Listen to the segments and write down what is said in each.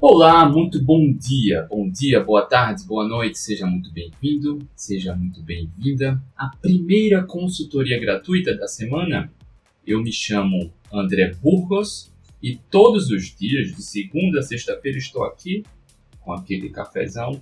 Olá, muito bom dia, boa tarde, boa noite, seja muito bem-vindo, seja muito bem-vinda à primeira consultoria gratuita da semana. Eu me chamo André Burgos e todos os dias, de segunda a sexta-feira, estou aqui com aquele cafezão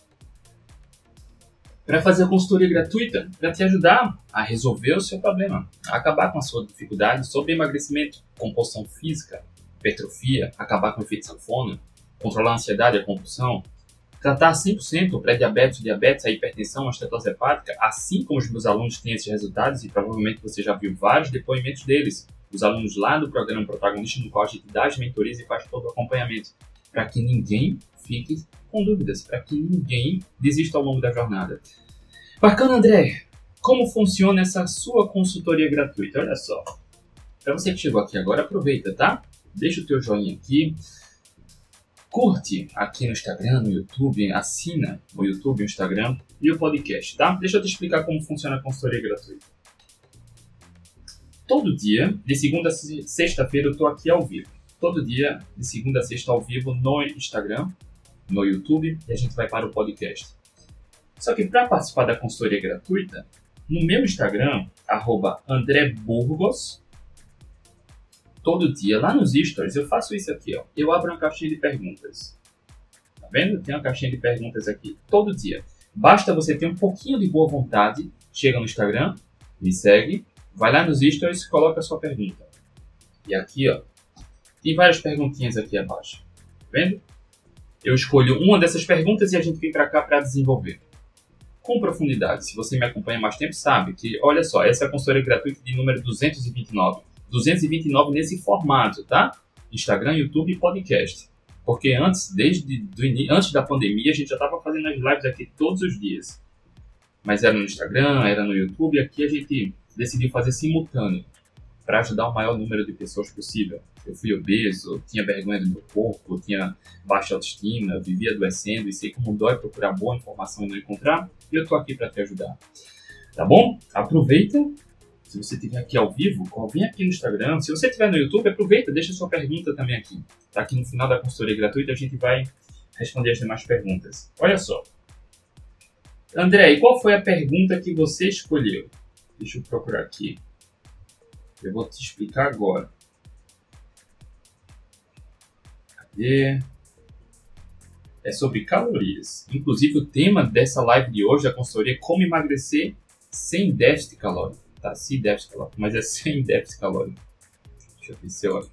para fazer a consultoria gratuita, para te ajudar a resolver o seu problema, a acabar com a sua dificuldade sobre emagrecimento, composição física, hipertrofia, acabar com o efeito sanfona, controlar a ansiedade e a compulsão, tratar 100% o pré-diabetes, o diabetes, a hipertensão, a estetose hepática, assim como os meus alunos têm esses resultados, e provavelmente você já viu vários depoimentos deles, os alunos lá do programa Protagonista, no qual a gente dá as mentorias e faz todo o acompanhamento, para que ninguém fique com dúvidas, para que ninguém desista ao longo da jornada. Bacana, André! Como funciona essa sua consultoria gratuita? Olha só, para você que chegou aqui agora, aproveita, tá? Deixa o teu joinha aqui, curte aqui no Instagram, no YouTube, assina o YouTube, o Instagram e o podcast, tá? Deixa eu te explicar como funciona a consultoria gratuita. Todo dia, de segunda a sexta-feira, eu estou aqui ao vivo. Todo dia, de segunda a sexta, ao vivo no Instagram, no YouTube, e a gente vai para o podcast. Só que para participar da consultoria gratuita, no meu Instagram, @AndréBurgos, todo dia, lá nos stories, eu faço isso aqui, ó. Eu abro uma caixinha de perguntas. Tá vendo? Tem uma caixinha de perguntas aqui todo dia. Basta você ter um pouquinho de boa vontade, chega no Instagram, me segue, vai lá nos stories e coloca a sua pergunta. E aqui, ó, tem várias perguntinhas aqui abaixo. Tá vendo? Eu escolho uma dessas perguntas e a gente vem para cá para desenvolver. Com profundidade. Se você me acompanha há mais tempo, sabe que, olha só, essa é a consultoria gratuita de número 229. 229 nesse formato, tá? Instagram, YouTube e podcast. Porque antes da pandemia, a gente já estava fazendo as lives aqui todos os dias. Mas era no Instagram, era no YouTube, aqui a gente decidiu fazer simultâneo para ajudar o maior número de pessoas possível. Eu fui obeso, tinha vergonha do meu corpo, tinha baixa autoestima, vivia adoecendo e sei como dói procurar boa informação e não encontrar. E eu tô aqui para te ajudar. Tá bom? Aproveita. Se você estiver aqui ao vivo, vem aqui no Instagram. Se você estiver no YouTube, aproveita, deixa sua pergunta também aqui. Tá aqui no final da consultoria gratuita, a gente vai responder as demais perguntas. Olha só. André, e qual foi a pergunta que você escolheu? Deixa eu procurar aqui. Eu vou te explicar agora. Cadê? É sobre calorias. Inclusive, o tema dessa live de hoje, da consultoria, é como emagrecer sem déficit calórico. Tá, sem déficit calórico, mas é sem déficit calórico. Deixa eu ver se eu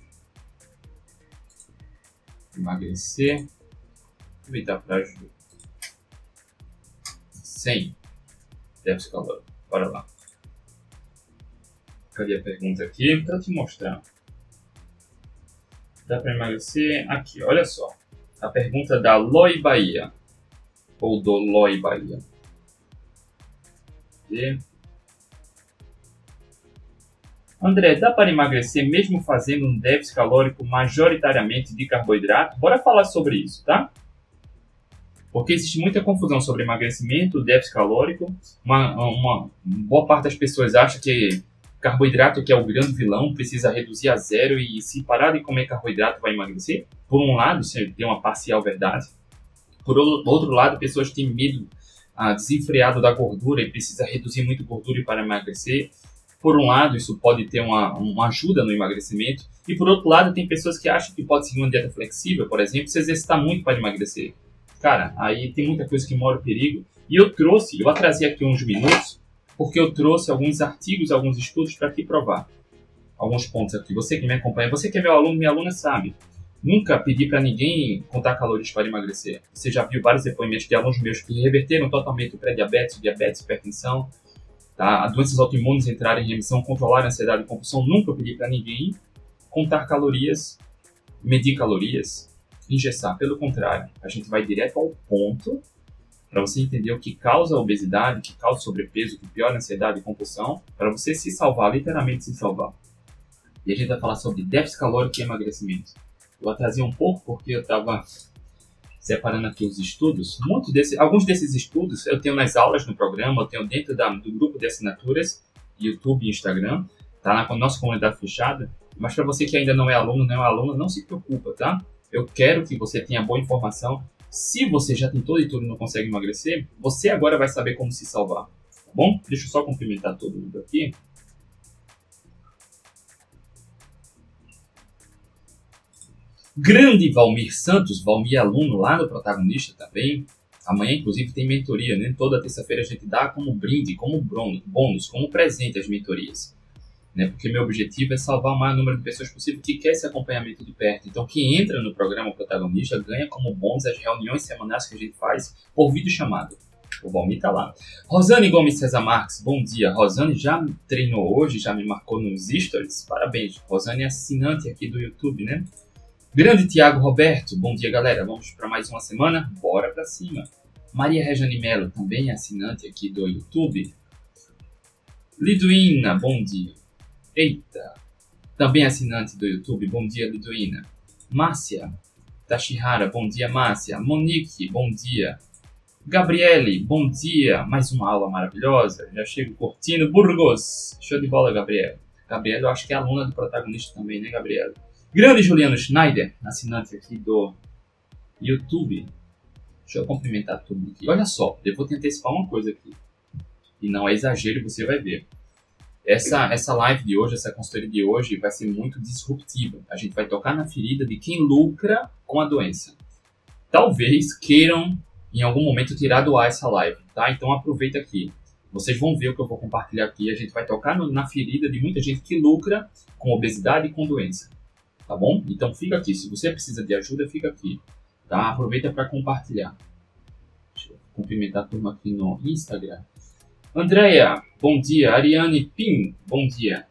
emagrecer. Aproveitar para ajudar. Sem déficit calórico. Bora lá. Cadê a pergunta aqui? Para te mostrar. Dá para emagrecer? Aqui, olha só. A pergunta da Loi Bahia. Ou do Loi Bahia. Cadê? André, dá para emagrecer mesmo fazendo um déficit calórico majoritariamente de carboidrato? Bora falar sobre isso, tá? Porque existe muita confusão sobre emagrecimento, déficit calórico. Uma boa parte das pessoas acha que carboidrato, que é o grande vilão, precisa reduzir a zero e se parar de comer carboidrato vai emagrecer. Por um lado, você tem uma parcial verdade. Por outro lado, pessoas têm medo desenfreado da gordura e precisa reduzir muito gordura para emagrecer. Por um lado, isso pode ter uma ajuda no emagrecimento. E por outro lado, tem pessoas que acham que pode seguir uma dieta flexível, por exemplo, se exercitar muito para emagrecer. Cara, aí tem muita coisa que mora o perigo. E eu atrasei aqui uns minutos, porque eu trouxe alguns artigos, alguns estudos para te provar. Alguns pontos aqui. Você que me acompanha, você que é meu aluno, minha aluna sabe. Nunca pedi para ninguém contar calorias para emagrecer. Você já viu vários depoimentos de alunos meus que reverteram totalmente o pré-diabetes, diabetes, hipertensão. Tá? Doenças autoimunes entrarem em remissão, controlar a ansiedade e compulsão. Nunca pedi para ninguém contar calorias, medir calorias, engessar. Pelo contrário, a gente vai direto ao ponto para você entender o que causa a obesidade, o que causa sobrepeso, o que piora a ansiedade e compulsão, para você se salvar, literalmente se salvar. E a gente vai falar sobre déficit calórico e emagrecimento. Eu atrasei um pouco porque eu estava separando aqui os estudos. Alguns desses estudos eu tenho nas aulas no programa, eu tenho dentro do grupo de assinaturas, YouTube e Instagram, tá na nossa comunidade fechada. Mas para você que ainda não é aluno, não se preocupa, tá? Eu quero que você tenha boa informação. Se você já tentou de tudo e não consegue emagrecer, você agora vai saber como se salvar. Tá bom? Deixa eu só cumprimentar todo mundo aqui. Grande Valmir Santos, Valmir aluno lá no Protagonista também. Amanhã, inclusive, tem mentoria, né? Toda terça-feira a gente dá como brinde, como bônus, como presente as mentorias. Né? Porque meu objetivo é salvar o maior número de pessoas possível que quer esse acompanhamento de perto. Então, quem entra no programa Protagonista ganha como bônus as reuniões semanais que a gente faz por videochamada. O Valmir tá lá. Rosane Gomes César Marques, bom dia. Rosane já treinou hoje, já me marcou nos stories. Parabéns. Rosane é assinante aqui do YouTube, né? Grande Tiago Roberto, bom dia galera, vamos para mais uma semana? Bora para cima! Maria Rejane Melo, também assinante aqui do YouTube. Liduína, bom dia. Eita, também assinante do YouTube, bom dia Liduína. Márcia Tashihara, bom dia Márcia. Monique, bom dia. Gabriele, bom dia, mais uma aula maravilhosa, já chego curtindo. Burgos, show de bola Gabriele. Gabriele eu acho que é aluna do Protagonista também, né Gabriele? Grande Juliano Schneider, assinante aqui do YouTube. Deixa eu cumprimentar tudo aqui. Olha só, eu vou te antecipar uma coisa aqui. E não é exagero, você vai ver. Essa live de hoje, essa consultoria de hoje vai ser muito disruptiva. A gente vai tocar na ferida de quem lucra com a doença. Talvez queiram, em algum momento, tirar do ar essa live, tá? Então aproveita aqui. Vocês vão ver o que eu vou compartilhar aqui. A gente vai tocar na ferida de muita gente que lucra com obesidade e com doença. Tá bom? Então fica aqui. Se você precisa de ajuda, fica aqui. Tá? Aproveita para compartilhar. Deixa eu cumprimentar a turma aqui no Instagram. Andréia, bom dia. Ariane Pim, bom dia.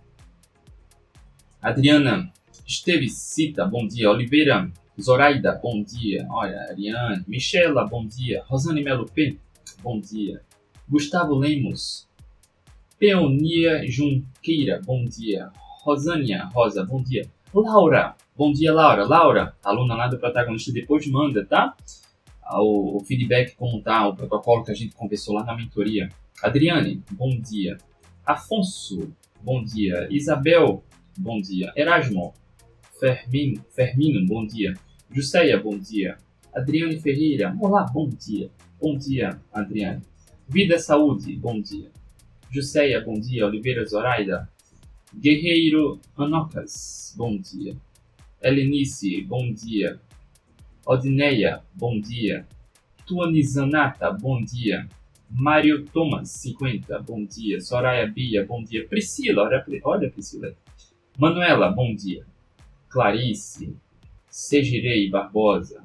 Adriana Estevicita, bom dia. Oliveira Zoraida, bom dia. Olha, Ariane. Michela, bom dia. Rosane Melo P, bom dia. Gustavo Lemos. Peonia Junqueira, bom dia. Rosânia Rosa, bom dia. Laura, bom dia Laura. Laura, aluna lá do Protagonista, depois manda, tá? O feedback como tá, o protocolo que a gente conversou lá na mentoria. Adriane, bom dia. Afonso, bom dia. Isabel, bom dia. Erasmo, Fermino, bom dia. Jusceia, bom dia. Adriane Ferreira, olá, bom dia. Bom dia, Adriane. Vida Saúde, bom dia. Jusceia, bom dia. Oliveira Zoraida. Guerreiro Anocas, bom dia. Helenice, bom dia. Odineia, bom dia. Tuanizanata, bom dia. Mário Thomas, 50, bom dia. Soraya Bia, bom dia. Priscila, olha Priscila. Manuela, bom dia. Clarice, Segirei Barbosa.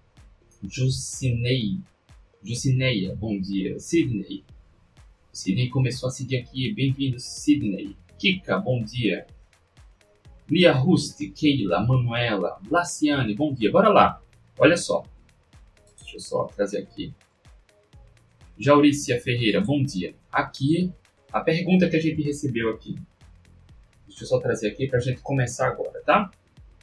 Jucineia, bom dia. Sidney começou a seguir aqui, bem-vindo Sidney. Kika, bom dia. Lia Rusti, Keila, Manuela, Laciane, bom dia. Bora lá. Olha só. Deixa eu só trazer aqui. Jaurícia Ferreira, bom dia. Aqui, a pergunta que a gente recebeu aqui. Deixa eu só trazer aqui para a gente começar agora, tá?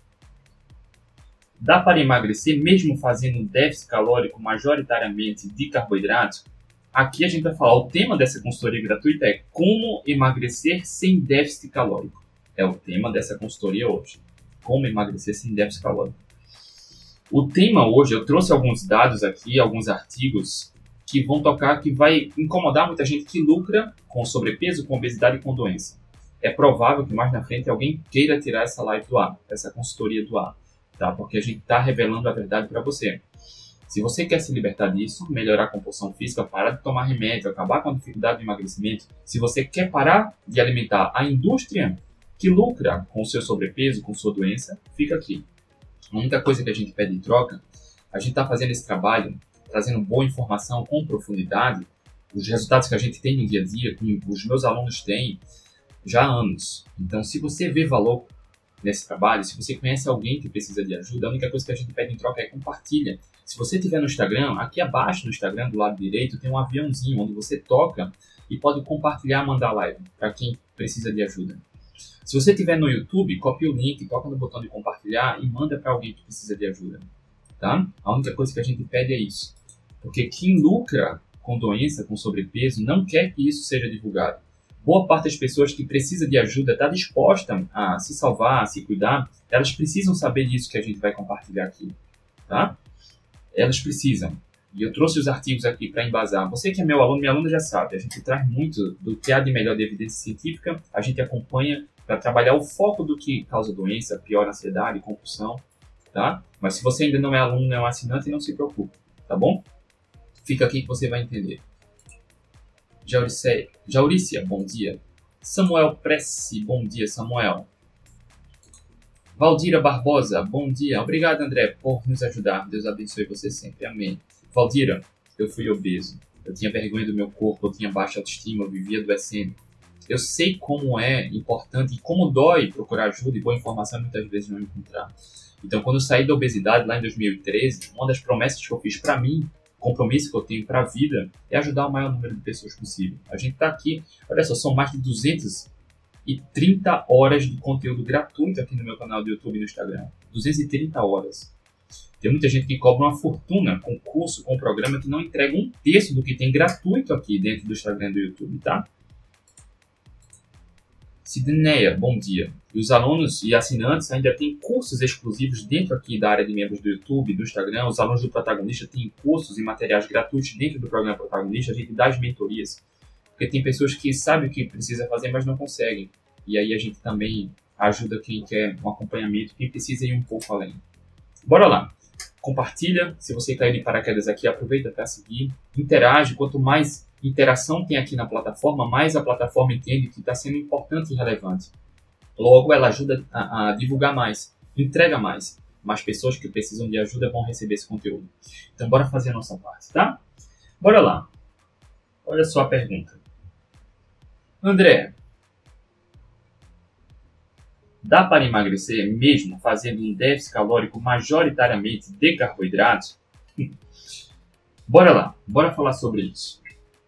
Dá para emagrecer mesmo fazendo um déficit calórico majoritariamente de carboidratos? Aqui a gente vai falar, o tema dessa consultoria gratuita é como emagrecer sem déficit calórico. É o tema dessa consultoria hoje. Como emagrecer sem déficit calórico. O tema hoje, eu trouxe alguns dados aqui, alguns artigos que vão tocar, que vai incomodar muita gente que lucra com sobrepeso, com obesidade e com doença. É provável que mais na frente alguém queira tirar essa live do ar, essa consultoria do ar, tá? Porque a gente está revelando a verdade para você. Se você quer se libertar disso, melhorar a composição física, parar de tomar remédio, acabar com a dificuldade do emagrecimento, se você quer parar de alimentar a indústria que lucra com o seu sobrepeso, com sua doença, fica aqui. A única coisa que a gente pede em troca, a gente está fazendo esse trabalho, trazendo boa informação com profundidade, os resultados que a gente tem no dia a dia, que os meus alunos têm já há anos. Então, se você vê valor nesse trabalho, se você conhece alguém que precisa de ajuda, a única coisa que a gente pede em troca é compartilha. Se você estiver no Instagram, aqui abaixo no Instagram, do lado direito, tem um aviãozinho onde você toca e pode compartilhar, mandar live para quem precisa de ajuda. Se você estiver no YouTube, copia o link, toca no botão de compartilhar e manda para alguém que precisa de ajuda. Tá? A única coisa que a gente pede é isso. Porque quem lucra com doença, com sobrepeso, não quer que isso seja divulgado. boa parte das pessoas que precisa de ajuda, está disposta a se salvar, a se cuidar, elas precisam saber disso que a gente vai compartilhar aqui, tá? Elas precisam. E eu trouxe os artigos aqui para embasar. Você que é meu aluno, minha aluna já sabe, a gente traz muito do que há de melhor de evidência científica, a gente acompanha para trabalhar o foco do que causa doença, pior ansiedade, compulsão, tá? Mas se você ainda não é aluno, não é um assinante, não se preocupe, tá bom? Fica aqui que você vai entender. Jaurícia, bom dia. Samuel Pressi, bom dia, Samuel. Valdira Barbosa, bom dia. Obrigado, André, por nos ajudar. Deus abençoe você sempre. Amém. Valdira, eu fui obeso. Eu tinha vergonha do meu corpo, eu tinha baixa autoestima, eu vivia adoecendo. Eu sei como é importante e como dói procurar ajuda e boa informação muitas vezes não encontrar. Então, quando eu saí da obesidade lá em 2013, uma das promessas que eu fiz para mim, compromisso que eu tenho para a vida, é ajudar o maior número de pessoas possível. A gente está aqui, olha só, são mais de 230 horas de conteúdo gratuito aqui no meu canal do YouTube e no Instagram. 230 horas. Tem muita gente que cobra uma fortuna com curso, com programa, que não entrega um terço do que tem gratuito aqui dentro do Instagram e do YouTube, tá? Sidneia, bom dia. E os alunos e assinantes ainda têm cursos exclusivos dentro aqui da área de membros do YouTube, do Instagram. Os alunos do Protagonista têm cursos e materiais gratuitos dentro do programa Protagonista. A gente dá as mentorias. Porque tem pessoas que sabem o que precisa fazer, mas não conseguem. E aí a gente também ajuda quem quer um acompanhamento, quem precisa ir um pouco além. Bora lá. Compartilha. Se você cair de paraquedas aqui, aproveita para seguir. Interage. Quanto mais interação tem aqui na plataforma, mais a plataforma entende que está sendo importante e relevante. Logo, ela ajuda a divulgar mais, entrega mais. Mais pessoas que precisam de ajuda vão receber esse conteúdo. Então, bora fazer a nossa parte, tá? Bora lá. Olha só a pergunta. André, dá para emagrecer mesmo fazendo um déficit calórico majoritariamente de carboidratos? Bora lá, bora falar sobre isso.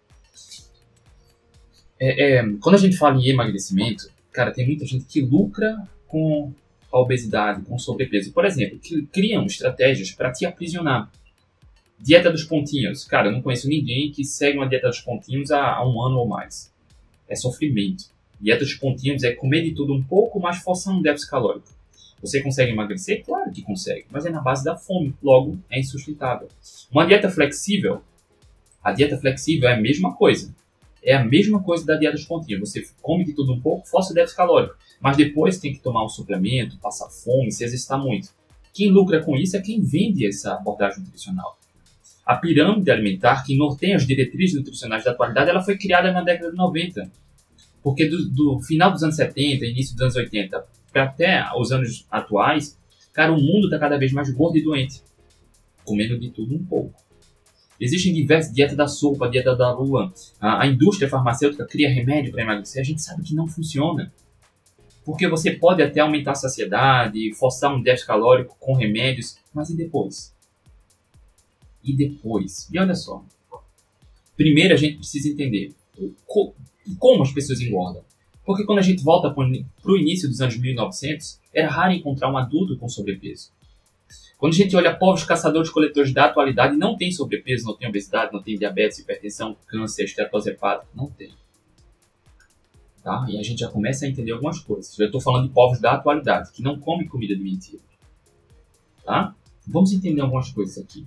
Quando a gente fala em emagrecimento, cara, tem muita gente que lucra com a obesidade, com o sobrepeso. Por exemplo, que criam estratégias para te aprisionar. Dieta dos pontinhos. Cara, eu não conheço ninguém que segue uma dieta dos pontinhos há um ano ou mais. É sofrimento. Dieta dos pontinhos é comer de tudo um pouco, mas forçar um déficit calórico. Você consegue emagrecer? Claro que consegue, mas é na base da fome. Logo, é insustentável. Uma dieta flexível, a dieta flexível é a mesma coisa. É a mesma coisa da dieta dos pontinhos. Você come de tudo um pouco, força o déficit calórico. Mas depois tem que tomar um suplemento, passar fome, se exercitar muito. Quem lucra com isso é quem vende essa abordagem nutricional. A pirâmide alimentar, que norteia as diretrizes nutricionais da atualidade, ela foi criada na década de 90. Porque do final dos anos 70, início dos anos 80, para até os anos atuais, cara, o mundo está cada vez mais gordo e doente. Comendo de tudo um pouco. Existem diversas, dieta da sopa, dieta da lua. A indústria farmacêutica cria remédio para emagrecer. A gente sabe que não funciona. Porque você pode até aumentar a saciedade, forçar um déficit calórico com remédios, mas e depois? E depois? E olha só. Primeiro a gente precisa entender como as pessoas engordam. Porque quando a gente volta para o início dos anos 1900, era raro encontrar um adulto com sobrepeso. Quando a gente olha povos caçadores-coletores da atualidade, não tem sobrepeso, não tem obesidade, não tem diabetes, hipertensão, câncer, esteatose hepática. Não tem. Tá? E a gente já começa a entender algumas coisas. Eu estou falando de povos da atualidade, que não comem comida de mentira. Tá? Vamos entender algumas coisas aqui.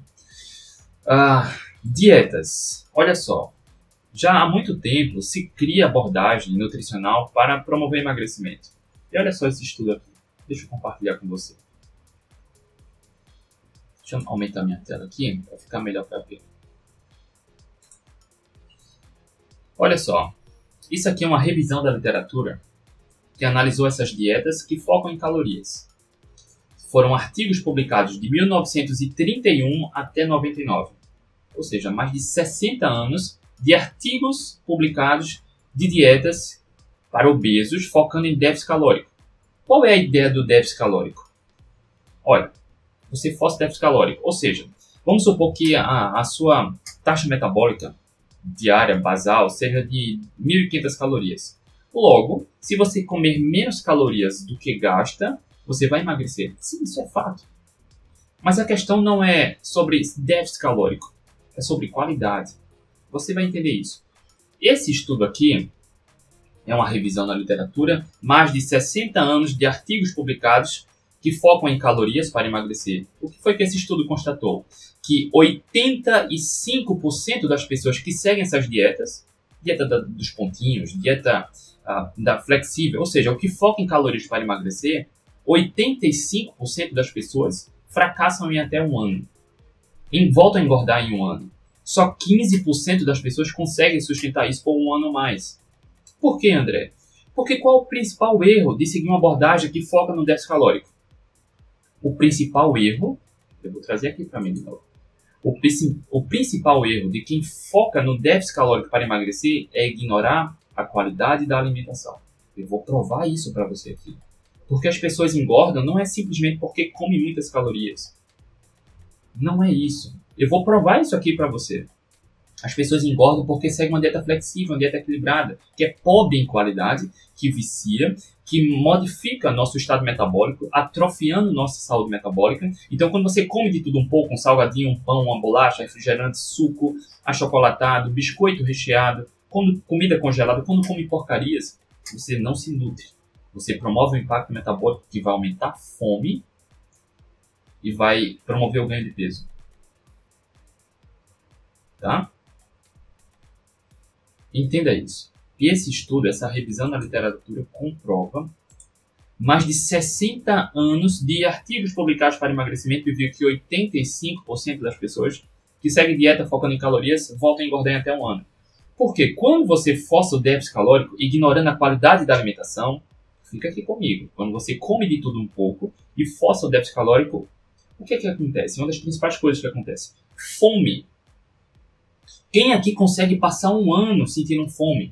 Dietas. Olha só. Já há muito tempo se cria abordagem nutricional para promover emagrecimento. E olha só esse estudo aqui. Deixa eu compartilhar com você. Deixa eu aumentar minha tela aqui para ficar melhor para ver. Olha só. Isso aqui é uma revisão da literatura que analisou essas dietas que focam em calorias. Foram artigos publicados de 1931 até 99. Ou seja, mais de 60 anos de artigos publicados de dietas para obesos focando em déficit calórico. Qual é a ideia do déficit calórico? Olha, você força déficit calórico, ou seja, vamos supor que a sua taxa metabólica diária basal seja de 1.500 calorias. Logo, se você comer menos calorias do que gasta, você vai emagrecer. Sim, isso é fato. Mas a questão não é sobre déficit calórico, é sobre qualidade. Você vai entender isso. Esse estudo aqui É uma revisão na literatura, mais de 60 anos de artigos publicados que focam em calorias para emagrecer. O que foi que esse estudo constatou? Que 85% das pessoas que seguem essas dietas, dieta dos pontinhos, dieta da flexível, ou seja, o que foca em calorias para emagrecer, 85% das pessoas fracassam em até um ano. Voltam a engordar em um ano. Só 15% das pessoas conseguem sustentar isso por um ano ou mais. Por que, André? Porque qual é o principal erro de seguir uma abordagem que foca no déficit calórico? O principal erro, eu vou trazer aqui para mim de novo. O principal erro de quem foca no déficit calórico para emagrecer é ignorar a qualidade da alimentação. Eu vou provar isso para você aqui. Porque as pessoas engordam não é simplesmente porque comem muitas calorias. Não é isso. Eu vou provar isso aqui para você. As pessoas engordam porque seguem uma dieta flexível, uma dieta equilibrada, que é pobre em qualidade, que vicia, que modifica nosso estado metabólico, atrofiando nossa saúde metabólica. Então, quando você come de tudo um pouco, um salgadinho, um pão, uma bolacha, refrigerante, suco, achocolatado, biscoito recheado, comida congelada, quando come porcarias, você não se nutre. Você promove um impacto metabólico que vai aumentar a fome e vai promover o ganho de peso. Tá? Entenda isso. E esse estudo, essa revisão na literatura, comprova mais de 60 anos de artigos publicados para emagrecimento e viu que 85% das pessoas que seguem dieta focando em calorias voltam a engordar em até um ano. Porque quando você força o déficit calórico, ignorando a qualidade da alimentação, fica aqui comigo. Quando você come de tudo um pouco e força o déficit calórico, o que é que acontece? Uma das principais coisas que acontece. Fome. Quem aqui consegue passar um ano sentindo fome?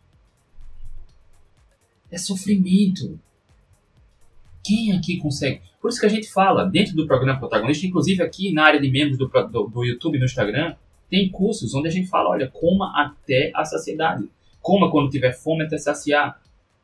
É sofrimento. Quem aqui consegue? Por isso que a gente fala, dentro do programa Protagonista, inclusive aqui na área de membros do YouTube e no Instagram, tem cursos onde a gente fala, olha, coma até a saciedade. Coma quando tiver fome até saciar.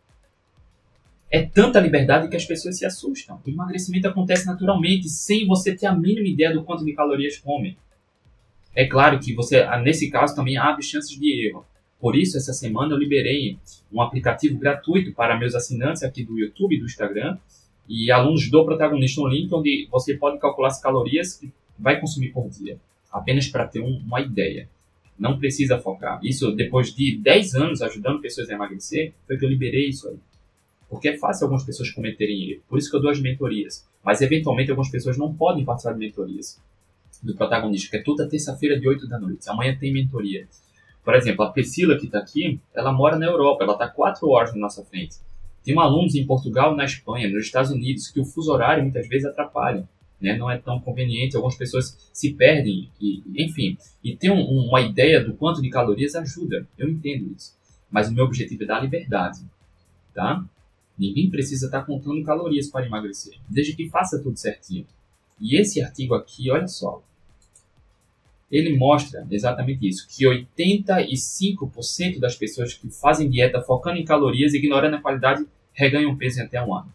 É tanta liberdade que as pessoas se assustam. O emagrecimento acontece naturalmente, sem você ter a mínima ideia do quanto de calorias come. É claro que você, nesse caso, também abre chances de erro. Por isso, essa semana eu liberei um aplicativo gratuito para meus assinantes aqui do YouTube e do Instagram e alunos do Protagonista, um link onde você pode calcular as calorias que vai consumir por dia, apenas para ter uma ideia. Não precisa focar. Isso, depois de 10 anos ajudando pessoas a emagrecer, foi que eu liberei isso aí. Porque é fácil algumas pessoas cometerem erro. Por isso que eu dou as mentorias. Mas, eventualmente, algumas pessoas não podem participar de mentorias do Protagonista, que é toda terça-feira de 8 da noite. Amanhã tem mentoria. Por exemplo, a Priscila, que está aqui, ela mora na Europa. Ela está 4 horas na nossa frente. Tem alunos em Portugal, na Espanha, nos Estados Unidos, que o fuso horário muitas vezes atrapalha. Né? Não é tão conveniente. Algumas pessoas se perdem. Enfim, e ter uma ideia do quanto de calorias ajuda. Eu entendo isso. Mas o meu objetivo é dar liberdade. Tá? Ninguém precisa estar contando calorias para emagrecer, desde que faça tudo certinho. E esse artigo aqui, olha só, ele mostra exatamente isso, que 85% das pessoas que fazem dieta focando em calorias, ignorando a qualidade, reganham peso em até um ano.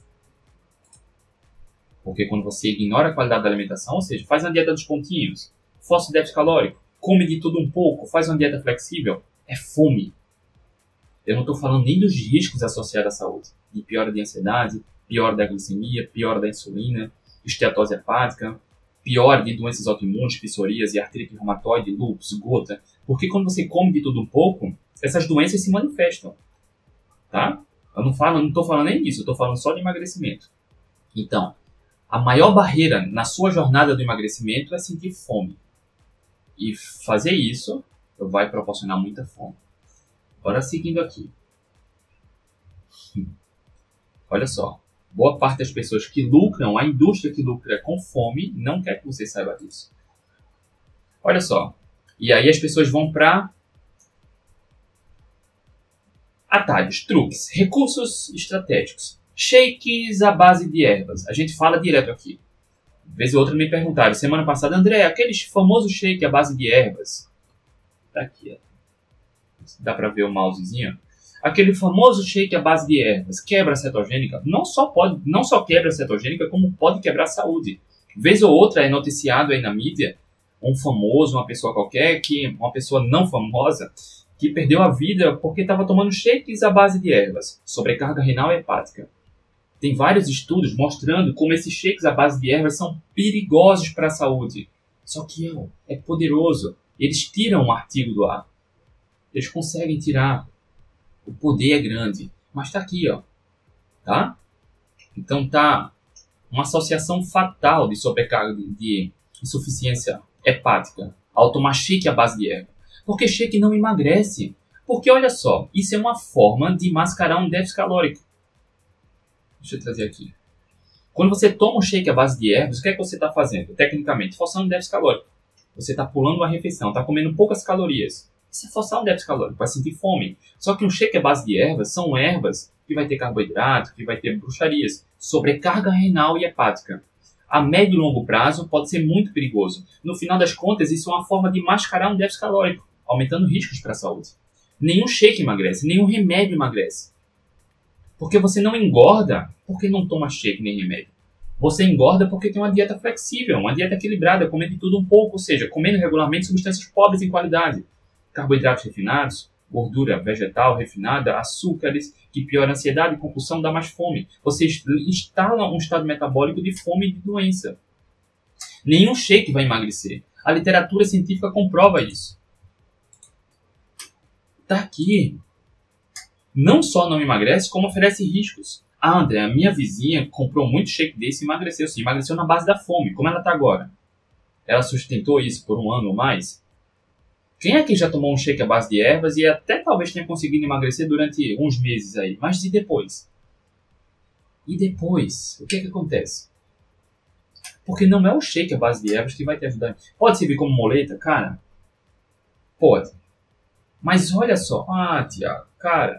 Porque quando você ignora a qualidade da alimentação, ou seja, faz uma dieta dos pontinhos, força o déficit calórico, come de tudo um pouco, faz uma dieta flexível, é fome. Eu não estou falando nem dos riscos associados à saúde, de piora de ansiedade, piora da glicemia, piora da insulina, esteatose hepática, piora de doenças autoimunes, psoríase, artrite reumatoide, lúpus, gota. Porque quando você come de tudo um pouco, essas doenças se manifestam. Tá? Eu não estou falando nem disso, eu estou falando só de emagrecimento. Então, a maior barreira na sua jornada do emagrecimento é sentir fome. E fazer isso vai proporcionar muita fome. Agora, seguindo aqui. Olha só. Boa parte das pessoas que lucram, a indústria que lucra com fome, não quer que você saiba disso. Olha só. E aí as pessoas vão para atalhos, truques, recursos estratégicos. Shakes à base de ervas. A gente fala direto aqui. Vez ou outra me perguntaram, semana passada, André, aqueles famosos shake à base de ervas. Tá aqui, ó. Dá para ver o mousezinho? Aquele famoso shake à base de ervas, quebra a cetogênica, não só quebra a cetogênica, como pode quebrar a saúde. Vez ou outra é noticiado aí na mídia, um famoso, uma pessoa qualquer, uma pessoa não famosa, que perdeu a vida porque estava tomando shakes à base de ervas, sobrecarga renal e hepática. Tem vários estudos mostrando como esses shakes à base de ervas são perigosos para a saúde. Só que é poderoso. Eles tiram o artigo do ar. Eles conseguem tirar. O poder é grande. Mas está aqui, ó. Tá? Então tá uma associação fatal de sobrecarga de insuficiência hepática ao tomar shake à base de erva. Porque shake não emagrece. Porque olha só, isso é uma forma de mascarar um déficit calórico. Deixa eu trazer aqui. Quando você toma um shake à base de ervas, o que é que você está fazendo? Tecnicamente, forçando um déficit calórico. Você está pulando uma refeição, está comendo poucas calorias. Isso é forçar um déficit calórico, vai sentir fome. Só que um shake à base de ervas são ervas que vai ter carboidrato, que vai ter bruxarias, sobrecarga renal e hepática. A médio e longo prazo pode ser muito perigoso. No final das contas, isso é uma forma de mascarar um déficit calórico, aumentando riscos para a saúde. Nenhum shake emagrece, nenhum remédio emagrece. Porque você não engorda porque não toma shake nem remédio. Você engorda porque tem uma dieta flexível, uma dieta equilibrada, comendo de tudo um pouco, ou seja, comendo regularmente substâncias pobres em qualidade. Carboidratos refinados, gordura vegetal refinada, açúcares, que pioram a ansiedade e compulsão, dá mais fome. Você instala um estado metabólico de fome e de doença. Nenhum shake vai emagrecer. A literatura científica comprova isso. Tá aqui. Não só não emagrece, como oferece riscos. Ah, André, a minha vizinha comprou muito shake desse e emagreceu. Sim, emagreceu na base da fome. Como ela está agora? Ela sustentou isso por um ano ou mais? Quem é que já tomou um shake à base de ervas e até talvez tenha conseguido emagrecer durante uns meses aí? Mas e depois? E depois? O que é que acontece? Porque não é o shake à base de ervas que vai te ajudar. Pode servir como muleta? Cara, pode. Mas olha só. Ah, Tiago, cara.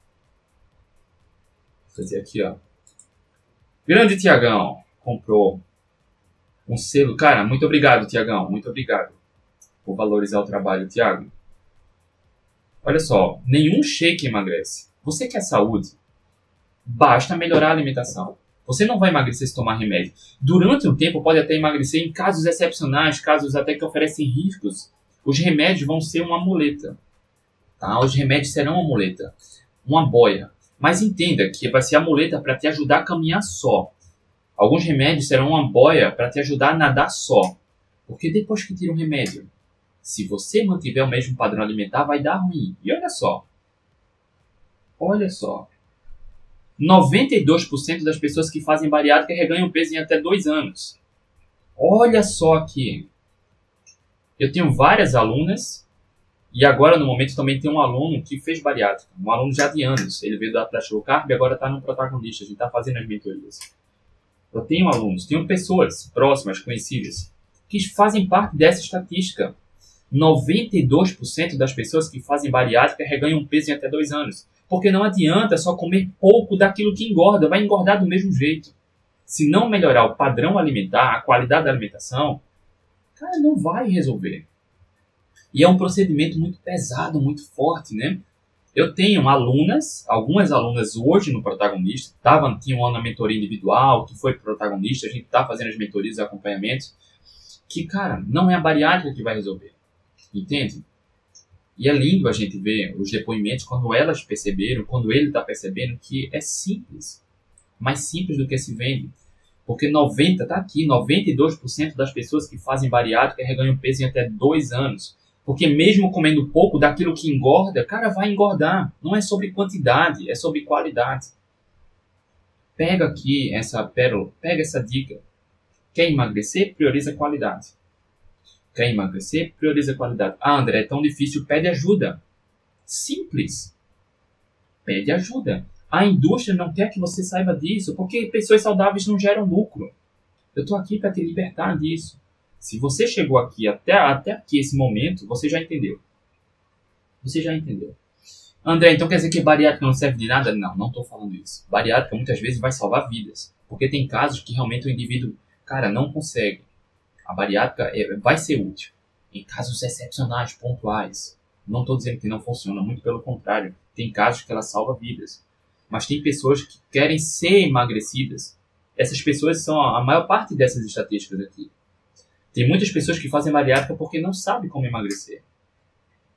Vou fazer aqui, ó. Grande Tiagão comprou um selo. Cara, muito obrigado, Tiagão. Muito obrigado por valorizar o trabalho, Tiago. Olha só, nenhum shake emagrece. Você quer saúde? Basta melhorar a alimentação. Você não vai emagrecer se tomar remédio. Durante um tempo pode até emagrecer em casos excepcionais, casos até que oferecem riscos. Os remédios vão ser uma muleta. Tá? Os remédios serão uma muleta, uma boia. Mas entenda que vai ser a muleta para te ajudar a caminhar só. Alguns remédios serão uma boia para te ajudar a nadar só. Porque depois que tira um remédio, se você mantiver o mesmo padrão alimentar, vai dar ruim. E olha só. Olha só. 92% das pessoas que fazem bariátrica reganham peso em até 2 anos. Olha só aqui. Eu tenho várias alunas. E agora, no momento, também tem um aluno que fez bariátrica. Um aluno já de anos. Ele veio do Atlético Low Carb e agora está no Protagonista. A gente está fazendo as mentorias. Eu tenho alunos, tenho pessoas próximas, conhecidas, que fazem parte dessa estatística. 92% das pessoas que fazem bariátrica reganham peso em até 2 anos. Porque não adianta só comer pouco daquilo que engorda. Vai engordar do mesmo jeito. Se não melhorar o padrão alimentar, a qualidade da alimentação, cara, não vai resolver. E é um procedimento muito pesado, muito forte, né? Eu tenho alunas, algumas alunas hoje no Protagonista, tinham uma mentoria individual, que foi protagonista, a gente está fazendo as mentorias e acompanhamentos, que, cara, não é a bariátrica que vai resolver. Entende? E é lindo a gente ver os depoimentos quando elas perceberam, quando ele está percebendo que é simples. Mais simples do que se vende. Porque 92% das pessoas que fazem bariátrica reganham peso em até 2 anos. Porque mesmo comendo pouco daquilo que engorda, cara, vai engordar. Não é sobre quantidade, é sobre qualidade. Pega aqui essa pérola, pega essa dica. Quer emagrecer? Prioriza qualidade. Quer emagrecer? Prioriza qualidade. Ah, André, é tão difícil, pede ajuda. Simples. Pede ajuda. A indústria não quer que você saiba disso, porque pessoas saudáveis não geram lucro. Eu estou aqui para te libertar disso. Se você chegou aqui até aqui esse momento, você já entendeu. Você já entendeu. André, então quer dizer que bariátrica não serve de nada? Não, não estou falando isso. Bariátrica muitas vezes vai salvar vidas. Porque tem casos que realmente o indivíduo, cara, não consegue. A bariátrica vai ser útil. Em casos excepcionais, pontuais. Não estou dizendo que não funciona, muito pelo contrário. Tem casos que ela salva vidas. Mas tem pessoas que querem ser emagrecidas. Essas pessoas são a maior parte dessas estatísticas aqui. Tem muitas pessoas que fazem bariátrica porque não sabem como emagrecer.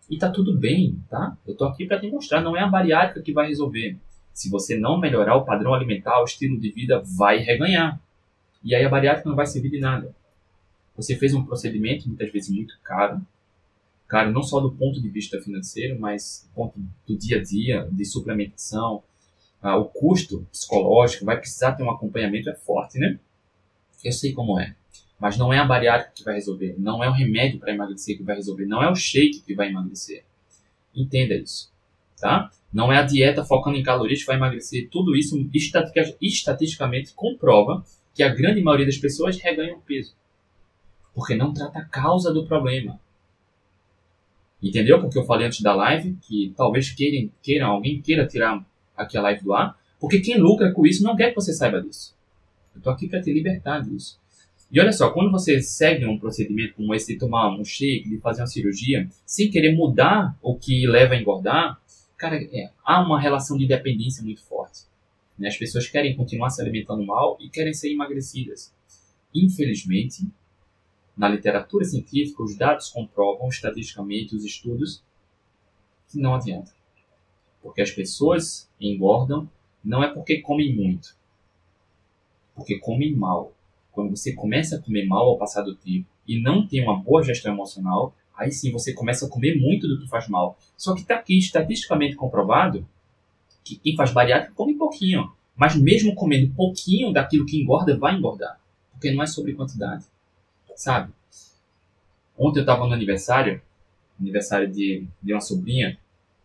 E tá tudo bem, tá? Eu tô aqui para te mostrar, não é a bariátrica que vai resolver. Se você não melhorar o padrão alimentar, o estilo de vida vai reganhar. E aí a bariátrica não vai servir de nada. Você fez um procedimento, muitas vezes muito caro, caro não só do ponto de vista financeiro, mas do ponto do dia a dia, de suplementação, o custo psicológico, vai precisar ter um acompanhamento, é forte, né? Eu sei como é. Mas não é a bariátrica que vai resolver, não é o remédio para emagrecer que vai resolver, não é o shake que vai emagrecer. Entenda isso, tá? Não é a dieta focando em calorias que vai emagrecer. Tudo isso estatisticamente comprova que a grande maioria das pessoas reganham peso. Porque não trata a causa do problema. Entendeu? Porque eu falei antes da live que talvez alguém queira tirar aqui a live do ar. Porque quem lucra com isso não quer que você saiba disso. Eu tô aqui para te libertar disso. E olha só, quando você segue um procedimento como esse de tomar um shake, de fazer uma cirurgia, sem querer mudar o que leva a engordar, cara, há uma relação de dependência muito forte. Né? As pessoas querem continuar se alimentando mal e querem ser emagrecidas. Infelizmente, na literatura científica, os dados comprovam estatisticamente, os estudos, que não adianta. Porque as pessoas engordam não é porque comem muito, porque comem mal. Quando você começa a comer mal ao passar do tempo e não tem uma boa gestão emocional, aí sim você começa a comer muito do que faz mal. Só que está aqui estatisticamente comprovado que quem faz bariátrica come pouquinho. Mas mesmo comendo pouquinho daquilo que engorda, vai engordar. Porque não é sobre quantidade. Sabe? Ontem eu estava no aniversário de uma sobrinha.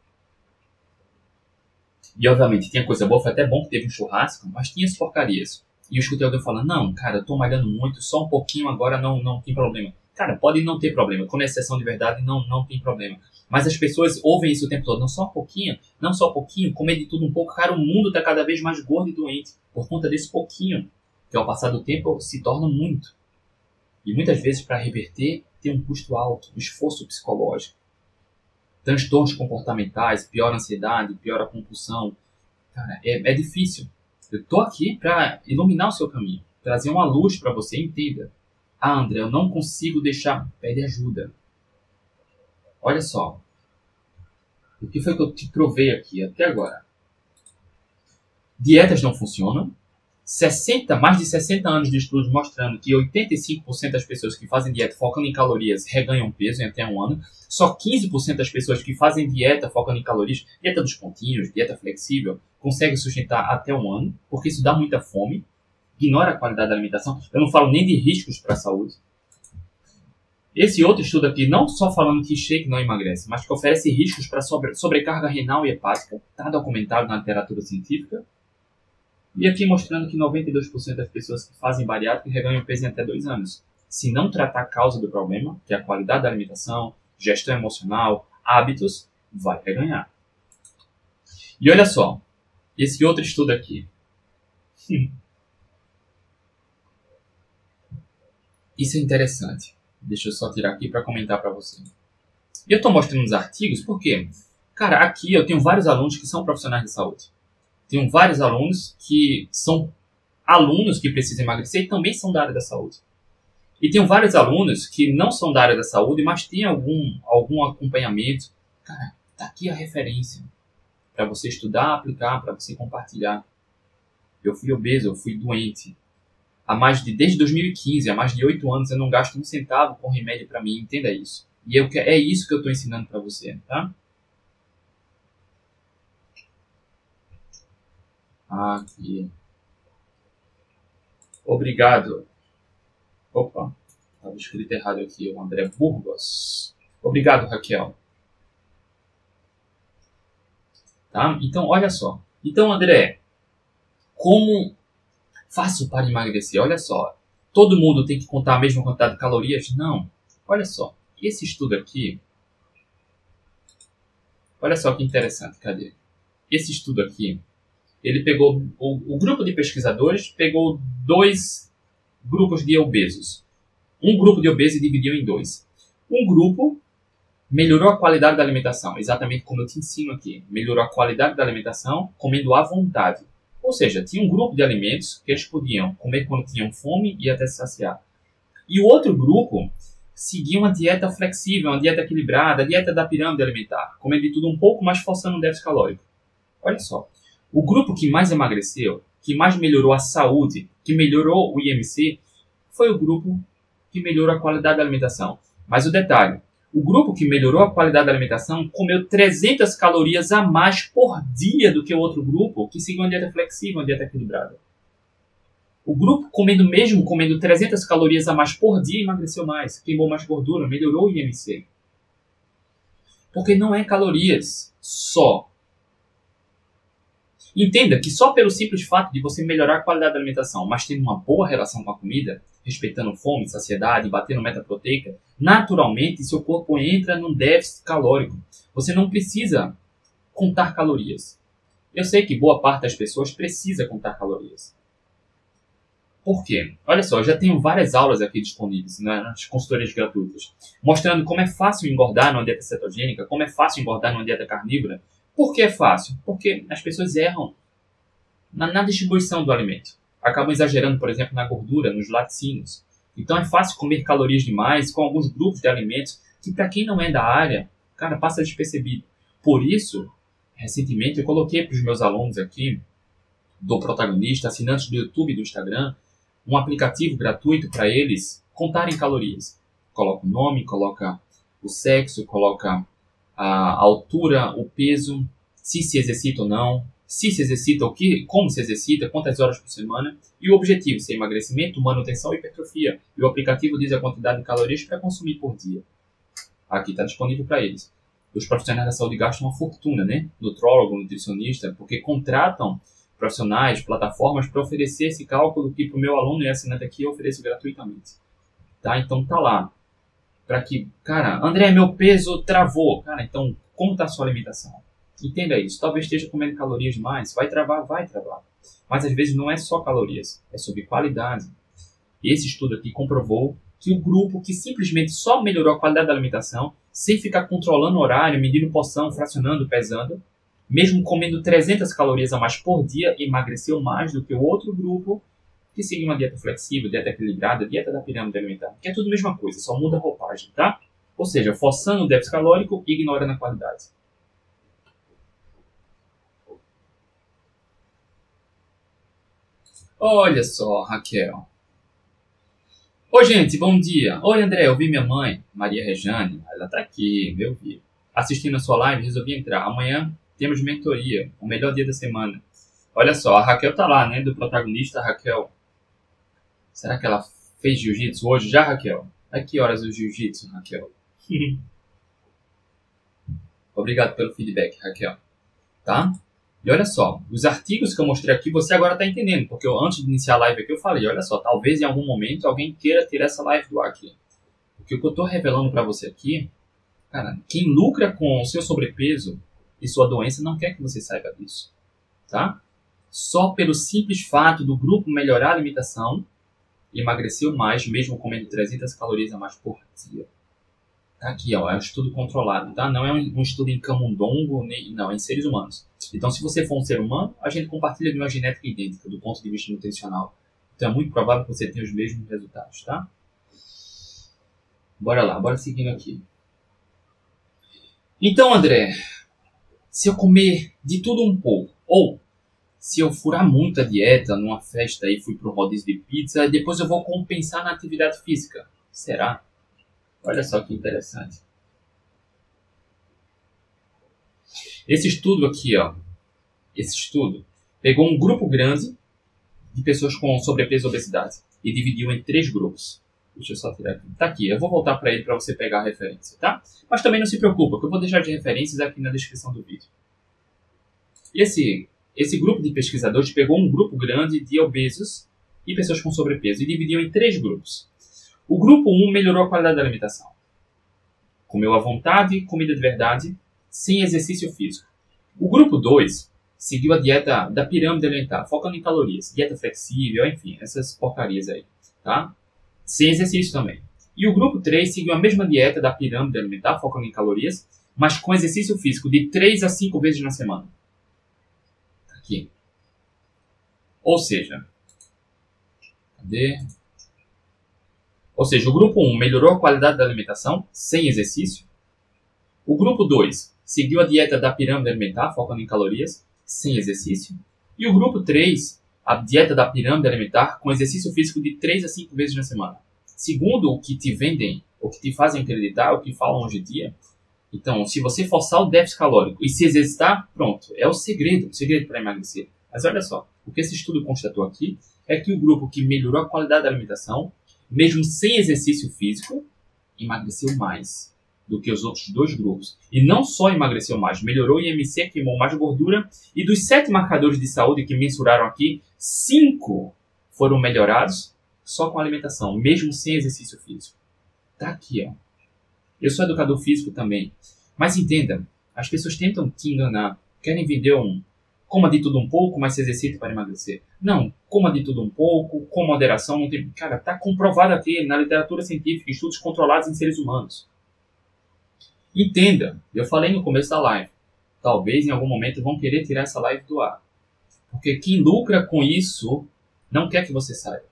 E obviamente tinha coisa boa, foi até bom que teve um churrasco, mas tinha as porcarias. E eu escutei alguém falando, não, cara, eu tô malhando muito, só um pouquinho agora não tem problema. Cara, pode não ter problema, com exceção de verdade não tem problema. Mas as pessoas ouvem isso o tempo todo, não só um pouquinho, comer de tudo um pouco. Cara, o mundo tá cada vez mais gordo e doente por conta desse pouquinho, que ao passar do tempo se torna muito. E muitas vezes para reverter tem um custo alto, um esforço psicológico. Transtornos comportamentais, piora a ansiedade, piora a compulsão. Cara, é difícil. Eu tô aqui para iluminar o seu caminho, trazer uma luz para você, entenda. Ah, André, eu não consigo deixar, pede ajuda. Olha só, o que foi que eu te provei aqui até agora? Dietas não funcionam. Mais de 60 anos de estudos mostrando que 85% das pessoas que fazem dieta focando em calorias reganham peso em até um ano. Só 15% das pessoas que fazem dieta focando em calorias, dieta dos pontinhos, dieta flexível, conseguem sustentar até um ano, porque isso dá muita fome, ignora a qualidade da alimentação. Eu não falo nem de riscos para a saúde. Esse outro estudo aqui, não só falando que shake não emagrece, mas que oferece riscos para sobrecarga renal e hepática, está documentado na literatura científica. E aqui mostrando que 92% das pessoas que fazem bariátrica reganham peso em até 2 anos. Se não tratar a causa do problema, que é a qualidade da alimentação, gestão emocional, hábitos, vai reganhar. E olha só, esse outro estudo aqui. Isso é interessante. Deixa eu só tirar aqui para comentar para você. E eu estou mostrando os artigos porque, cara, aqui eu tenho vários alunos que são profissionais de saúde. Tenho vários alunos que são alunos que precisam emagrecer e também são da área da saúde. E tenho vários alunos que não são da área da saúde, mas têm algum acompanhamento. Cara, tá aqui a referência para você estudar, aplicar, para você compartilhar. Eu fui obeso, eu fui doente. Desde 2015, há mais de 8 anos, eu não gasto um centavo com remédio para mim, entenda isso. E é isso que eu estou ensinando para você, tá? Aqui. Obrigado. Opa, estava escrito errado aqui, o André Burgos. Obrigado, Raquel. Tá? Então, olha só. Então, André, como faço para emagrecer? Olha só. Todo mundo tem que contar a mesma quantidade de calorias? Não. Olha só. Esse estudo aqui. Olha só que interessante. Cadê? Esse estudo aqui. Ele pegou, o grupo de pesquisadores pegou 2 grupos de obesos. Um grupo de obesos dividiu em 2. Um grupo melhorou a qualidade da alimentação, exatamente como eu te ensino aqui. Melhorou a qualidade da alimentação comendo à vontade. Ou seja, tinha um grupo de alimentos que eles podiam comer quando tinham fome e até se saciar. E o outro grupo seguia uma dieta flexível, uma dieta equilibrada, a dieta da pirâmide alimentar, comendo de tudo um pouco, mas forçando um déficit calórico. Olha só, o grupo que mais emagreceu, que mais melhorou a saúde, que melhorou o IMC, foi o grupo que melhorou a qualidade da alimentação. Mas o detalhe, o grupo que melhorou a qualidade da alimentação comeu 300 calorias a mais por dia do que o outro grupo que seguiu uma dieta flexível, uma dieta equilibrada. O grupo comendo 300 calorias a mais por dia emagreceu mais, queimou mais gordura, melhorou o IMC. Porque não é calorias só. Entenda que só pelo simples fato de você melhorar a qualidade da alimentação, mas tendo uma boa relação com a comida, respeitando fome, saciedade, batendo meta proteica, naturalmente seu corpo entra num déficit calórico. Você não precisa contar calorias. Eu sei que boa parte das pessoas precisa contar calorias. Por quê? Olha só, eu já tenho várias aulas aqui disponíveis nas consultorias gratuitas, mostrando como é fácil engordar numa dieta cetogênica, como é fácil engordar numa dieta carnívora. Por que é fácil? Porque as pessoas erram na distribuição do alimento. Acabam exagerando, por exemplo, na gordura, nos laticínios. Então é fácil comer calorias demais com alguns grupos de alimentos que, para quem não é da área, cara, passa despercebido. Por isso, recentemente eu coloquei para os meus alunos aqui, do protagonista, assinantes do YouTube e do Instagram, um aplicativo gratuito para eles contarem calorias. Coloca o nome, coloca o sexo, coloca a altura, o peso, se exercita ou não, se exercita, como se exercita, quantas horas por semana, e o objetivo, se é emagrecimento, manutenção e hipertrofia. E o aplicativo diz a quantidade de calorias para consumir por dia. Aqui está disponível para eles. Os profissionais da saúde gastam uma fortuna, né? Nutrólogo, nutricionista, porque contratam profissionais, plataformas para oferecer esse cálculo que para o meu aluno e assinante aqui eu ofereço gratuitamente. Tá? Então tá lá. Para que, cara, André, meu peso travou. Cara, então como está a sua alimentação? Entenda isso. Talvez esteja comendo calorias demais. Vai travar, vai travar. Mas às vezes não é só calorias, é sobre qualidade. Esse estudo aqui comprovou que o grupo que simplesmente só melhorou a qualidade da alimentação, sem ficar controlando o horário, medindo porção, fracionando, pesando, mesmo comendo 300 calorias a mais por dia, emagreceu mais do que o outro grupo que seguiu uma dieta flexível, dieta equilibrada, dieta da pirâmide alimentar. Que é tudo a mesma coisa, só muda a roupagem, tá? Ou seja, forçando o déficit calórico e ignorando a qualidade. Olha só, Raquel. Oi, gente, bom dia. Oi, André, eu vi minha mãe, Maria Rejane. Ela tá aqui, meu vi. Assistindo a sua live, resolvi entrar. Amanhã temos mentoria, o melhor dia da semana. Olha só, a Raquel tá lá, né, do protagonista, a Raquel. Será que ela fez jiu-jitsu hoje já, Raquel? A que horas o jiu-jitsu, Raquel? Obrigado pelo feedback, Raquel. Tá? E olha só, os artigos que eu mostrei aqui, você agora está entendendo, porque antes de iniciar a live aqui eu falei, olha só, talvez em algum momento alguém queira tirar essa live do ar aqui. Porque o que eu estou revelando para você aqui, cara, quem lucra com o seu sobrepeso e sua doença não quer que você saiba disso, tá? Só pelo simples fato do grupo melhorar a alimentação, emagreceu mais, mesmo comendo 300 calorias a mais por dia. Tá aqui, ó, é um estudo controlado, tá? Não é um estudo em camundongo, não, é em seres humanos. Então, se você for um ser humano, a gente compartilha de uma genética idêntica do ponto de vista nutricional. Então, é muito provável que você tenha os mesmos resultados, tá? Bora lá, bora seguindo aqui. Então, André, se eu comer de tudo um pouco, ou se eu furar muito a dieta numa festa e fui pro rodízio de pizza, depois eu vou compensar na atividade física. Será? Olha só que interessante. Esse estudo aqui, ó, esse estudo pegou um grupo grande de pessoas com sobrepeso e obesidade e dividiu em 3 grupos. Deixa eu só tirar aqui. Tá aqui, eu vou voltar para ele para você pegar a referência, tá? Mas também não se preocupa, que eu vou deixar de referências aqui na descrição do vídeo. E esse grupo de pesquisadores pegou um grupo grande de obesos e pessoas com sobrepeso e dividiu em 3 grupos. O grupo 1 melhorou a qualidade da alimentação. Comeu à vontade, comida de verdade, sem exercício físico. O grupo 2 seguiu a dieta da pirâmide alimentar, focando em calorias, dieta flexível, enfim, essas porcarias aí, tá? Sem exercício também. E o grupo 3 seguiu a mesma dieta da pirâmide alimentar, focando em calorias, mas com exercício físico de 3 a 5 vezes na semana. Aqui. Ou seja, cadê? Ou seja, o grupo 1 melhorou a qualidade da alimentação sem exercício. O grupo 2 seguiu a dieta da pirâmide alimentar, focando em calorias, sem exercício. E o grupo 3, a dieta da pirâmide alimentar com exercício físico de 3 a 5 vezes na semana. Segundo o que te vendem, o que te fazem acreditar, o que falam hoje em dia. Então, se você forçar o déficit calórico e se exercitar, pronto, é o segredo para emagrecer. Mas olha só, o que esse estudo constatou aqui é que o grupo que melhorou a qualidade da alimentação, mesmo sem exercício físico, emagreceu mais do que os outros dois grupos. E não só emagreceu mais, melhorou o IMC, queimou mais gordura, e dos 7 marcadores de saúde que mensuraram aqui, 5 foram melhorados só com a alimentação, mesmo sem exercício físico. Tá aqui, ó. Eu sou educador físico também. Mas entenda, as pessoas tentam te enganar, querem vender coma de tudo um pouco, mas se exercite para emagrecer. Não, coma de tudo um pouco, com moderação, não tem... Cara, tá comprovado aqui na literatura científica, estudos controlados em seres humanos. Entenda, eu falei no começo da live, talvez em algum momento vão querer tirar essa live do ar. Porque quem lucra com isso não quer que você saiba.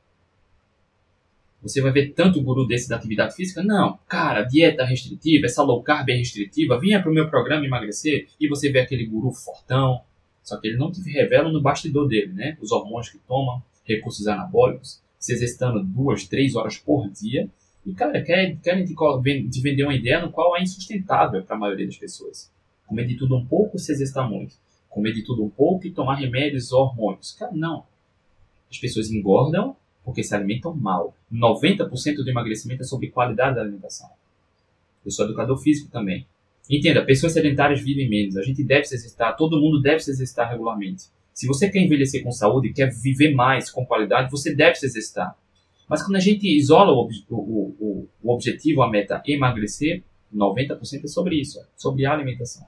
Você vai ver tanto guru desse da atividade física? Não, cara, dieta restritiva, essa low carb é restritiva, vinha para o meu programa emagrecer e você vê aquele guru fortão. Só que ele não te revela no bastidor dele, né? Os hormônios que toma, recursos anabólicos, se exercitando 2, 3 horas por dia. E, cara, querem te vender uma ideia no qual é insustentável para a maioria das pessoas. Comer de tudo um pouco, se exercitar muito. Comer de tudo um pouco e tomar remédios ou hormônios. Cara, não. As pessoas engordam porque se alimentam mal. 90% do emagrecimento é sobre qualidade da alimentação. Eu sou educador físico também. Entenda, pessoas sedentárias vivem menos. A gente deve se exercitar, todo mundo deve se exercitar regularmente. Se você quer envelhecer com saúde e quer viver mais com qualidade, você deve se exercitar. Mas quando a gente isola o objetivo, a meta emagrecer, 90% é sobre isso, sobre a alimentação.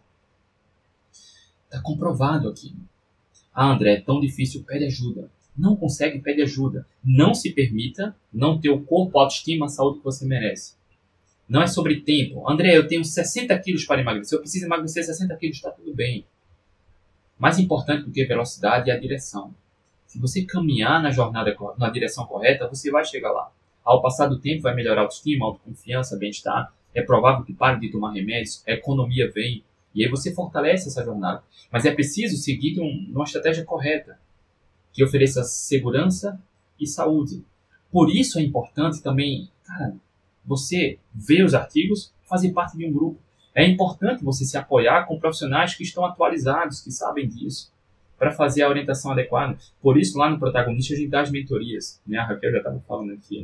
Está comprovado aqui. Ah, André, é tão difícil, pede ajuda. Não consegue, pede ajuda. Não se permita não ter o corpo, a autoestima, a saúde que você merece. Não é sobre tempo. André, eu tenho 60 quilos para emagrecer, eu preciso emagrecer 60 quilos, está tudo bem. Mais importante do que velocidade é a direção. Se você caminhar na jornada, na direção correta, você vai chegar lá. Ao passar do tempo, vai melhorar a autoestima, a autoconfiança, bem-estar. É provável que pare de tomar remédios, a economia vem. E aí você fortalece essa jornada. Mas é preciso seguir uma estratégia correta, que ofereça segurança e saúde. Por isso é importante também, cara, você ver os artigos, fazer parte de um grupo. É importante você se apoiar com profissionais que estão atualizados, que sabem disso, para fazer a orientação adequada. Por isso, lá no Protagonista, a gente dá as mentorias. Né? A Raquel já estava falando aqui.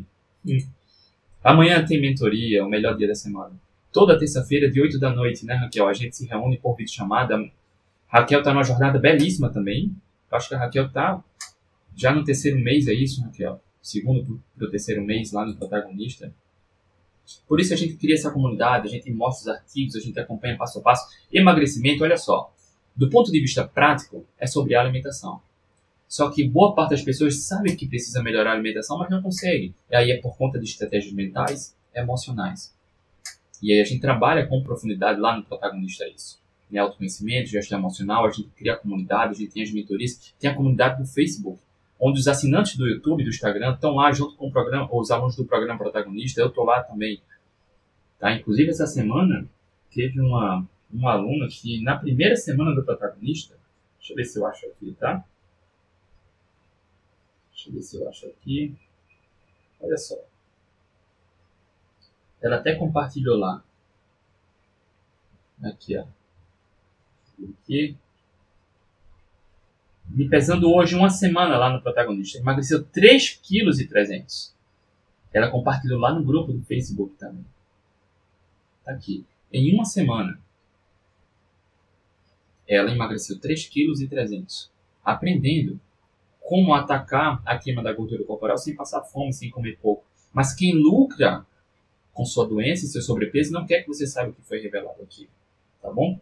Amanhã tem mentoria, o melhor dia da semana. Toda terça-feira, de 8 da noite, né, Raquel? A gente se reúne por videochamada. Raquel está numa jornada belíssima também. Eu acho que a Raquel está já no 3º mês, é isso, Raquel? Segundo para o 3º mês lá no Protagonista. Por isso a gente cria essa comunidade, a gente mostra os artigos, a gente acompanha passo a passo. Emagrecimento, olha só, do ponto de vista prático, é sobre a alimentação. Só que boa parte das pessoas sabe que precisa melhorar a alimentação, mas não consegue. E aí é por conta de estratégias mentais, emocionais. E aí a gente trabalha com profundidade lá no Protagonista isso. Né? Autoconhecimento, gestão emocional, a gente cria a comunidade, a gente tem as mentorias, tem a comunidade do Facebook, onde os assinantes do YouTube e do Instagram estão lá junto com o programa, os alunos do programa Protagonista, eu estou lá também. Tá? Inclusive, essa semana, teve uma aluna que, na primeira semana do Protagonista, deixa eu ver se eu acho aqui, tá? Deixa eu ver se eu acho aqui. Olha só. Ela até compartilhou lá. Aqui, ó. Aqui. Me pesando hoje uma semana lá no Protagonista. Emagreceu 3,3 kg. Ela compartilhou lá no grupo do Facebook também. Tá aqui. Em uma semana, ela emagreceu 3,3 kg. Aprendendo como atacar a queima da gordura corporal sem passar fome, sem comer pouco. Mas quem lucra com sua doença e seu sobrepeso não quer que você saiba o que foi revelado aqui. Tá bom?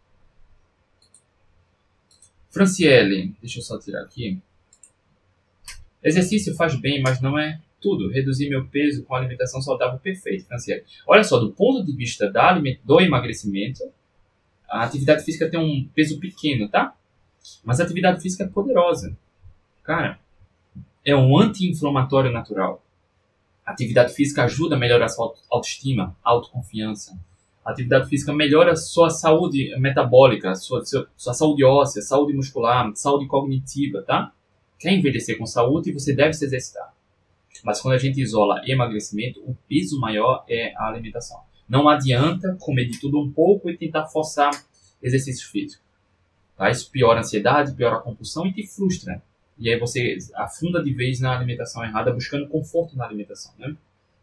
Franciele, deixa eu só tirar aqui. Exercício faz bem, mas não é tudo. Reduzir meu peso com alimentação saudável, perfeito, Franciele. Olha só, do ponto de vista do emagrecimento, a atividade física tem um peso pequeno, tá? Mas a atividade física é poderosa. Cara, é um anti-inflamatório natural. A atividade física ajuda a melhorar a sua autoestima, autoconfiança. A atividade física melhora a sua saúde metabólica, sua saúde óssea, saúde muscular, saúde cognitiva, tá? Quer envelhecer com saúde, você deve se exercitar. Mas quando a gente isola emagrecimento, o peso maior é a alimentação. Não adianta comer de tudo um pouco e tentar forçar exercício físico. Tá? Isso piora a ansiedade, piora a compulsão e te frustra. E aí você afunda de vez na alimentação errada, buscando conforto na alimentação, né?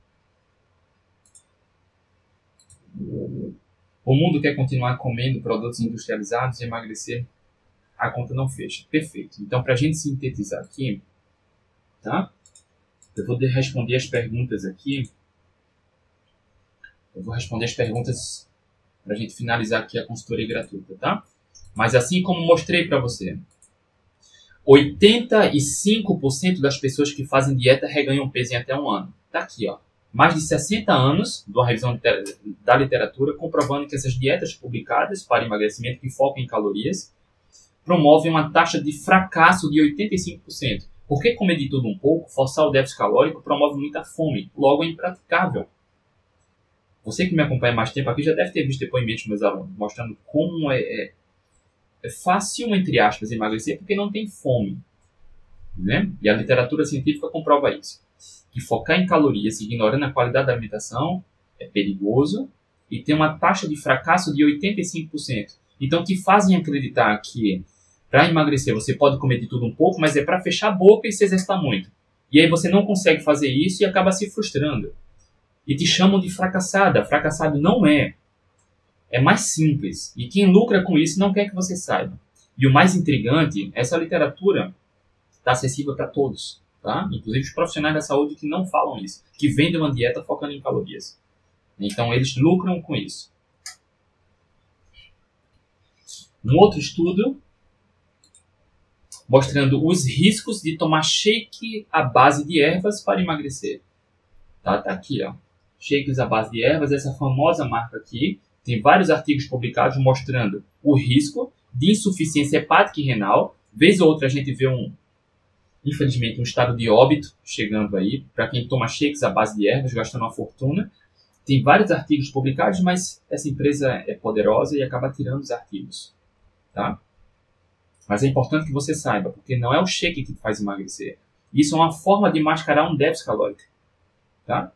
O mundo quer continuar comendo produtos industrializados e emagrecer. A conta não fecha. Perfeito. Então, para a gente sintetizar aqui, tá? Eu vou responder as perguntas aqui. Eu vou responder as perguntas para a gente finalizar aqui a consultoria gratuita, tá? Mas assim como mostrei para você, 85% das pessoas que fazem dieta reganham peso em até um ano. Tá aqui, ó. Mais de 60 anos de uma revisão da literatura comprovando que essas dietas publicadas para emagrecimento que focam em calorias promovem uma taxa de fracasso de 85%. Porque comer de tudo um pouco, forçar o déficit calórico, promove muita fome. Logo, é impraticável. Você que me acompanha mais tempo aqui já deve ter visto depoimentos dos meus alunos, mostrando como é fácil, entre aspas, emagrecer porque não tem fome. Né? E a literatura científica comprova isso. Que focar em calorias, ignorando a qualidade da alimentação, é perigoso e tem uma taxa de fracasso de 85%. Então, te fazem acreditar que para emagrecer você pode comer de tudo um pouco, mas é para fechar a boca e se exercitar muito. E aí você não consegue fazer isso e acaba se frustrando. E te chamam de fracassada. Fracassado não é. É mais simples. E quem lucra com isso não quer que você saiba. E o mais intrigante, essa literatura está acessível para todos. Tá? Inclusive os profissionais da saúde que não falam isso. Que vendem uma dieta focando em calorias. Então eles lucram com isso. Um outro estudo mostrando os riscos de tomar shake à base de ervas para emagrecer. Tá aqui, ó. Shakes à base de ervas, essa famosa marca aqui. Tem vários artigos publicados mostrando o risco de insuficiência hepática e renal. Vez ou outra a gente vê infelizmente, um estado de óbito chegando aí, para quem toma shakes à base de ervas, gastando uma fortuna. Tem vários artigos publicados, mas essa empresa é poderosa e acaba tirando os artigos. Tá? Mas é importante que você saiba, porque não é o shake que te faz emagrecer. Isso é uma forma de mascarar um déficit calórico. Tá?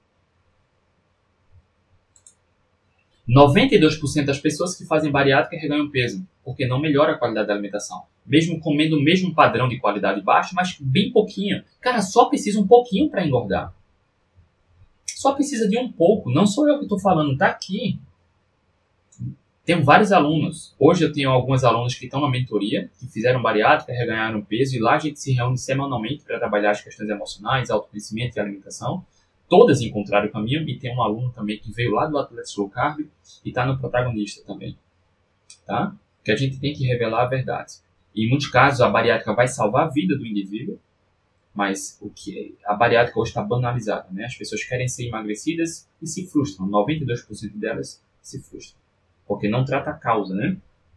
92% das pessoas que fazem bariátrica reganham peso, porque não melhora a qualidade da alimentação. Mesmo comendo o mesmo padrão de qualidade baixa, mas bem pouquinho. Cara, só precisa um pouquinho para engordar. Só precisa de um pouco. Não sou eu que estou falando, tá aqui. Tenho vários alunos. Hoje eu tenho alguns alunos que estão na mentoria, que fizeram bariátrica, reganharam peso, e lá a gente se reúne semanalmente para trabalhar as questões emocionais, autoconhecimento e alimentação. Todas encontraram o caminho, e tem um aluno também que veio lá do Athletics Low Carb e está no protagonista também. Tá? Que a gente tem que revelar a verdade. E em muitos casos a bariátrica vai salvar a vida do indivíduo, mas a bariátrica hoje está banalizada. Né? As pessoas querem ser emagrecidas e se frustram. 92% delas se frustram. Porque não trata a causa, né?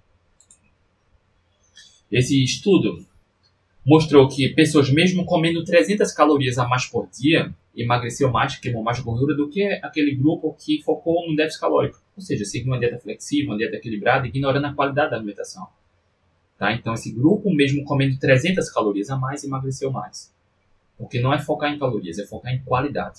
Esse estudo mostrou que pessoas mesmo comendo 300 calorias a mais por dia emagreceu mais, queimou mais gordura do que aquele grupo que focou no déficit calórico. Ou seja, seguiu uma dieta flexível, uma dieta equilibrada, ignorando a qualidade da alimentação. Tá? Então esse grupo mesmo comendo 300 calorias a mais emagreceu mais. Porque não é focar em calorias, é focar em qualidade.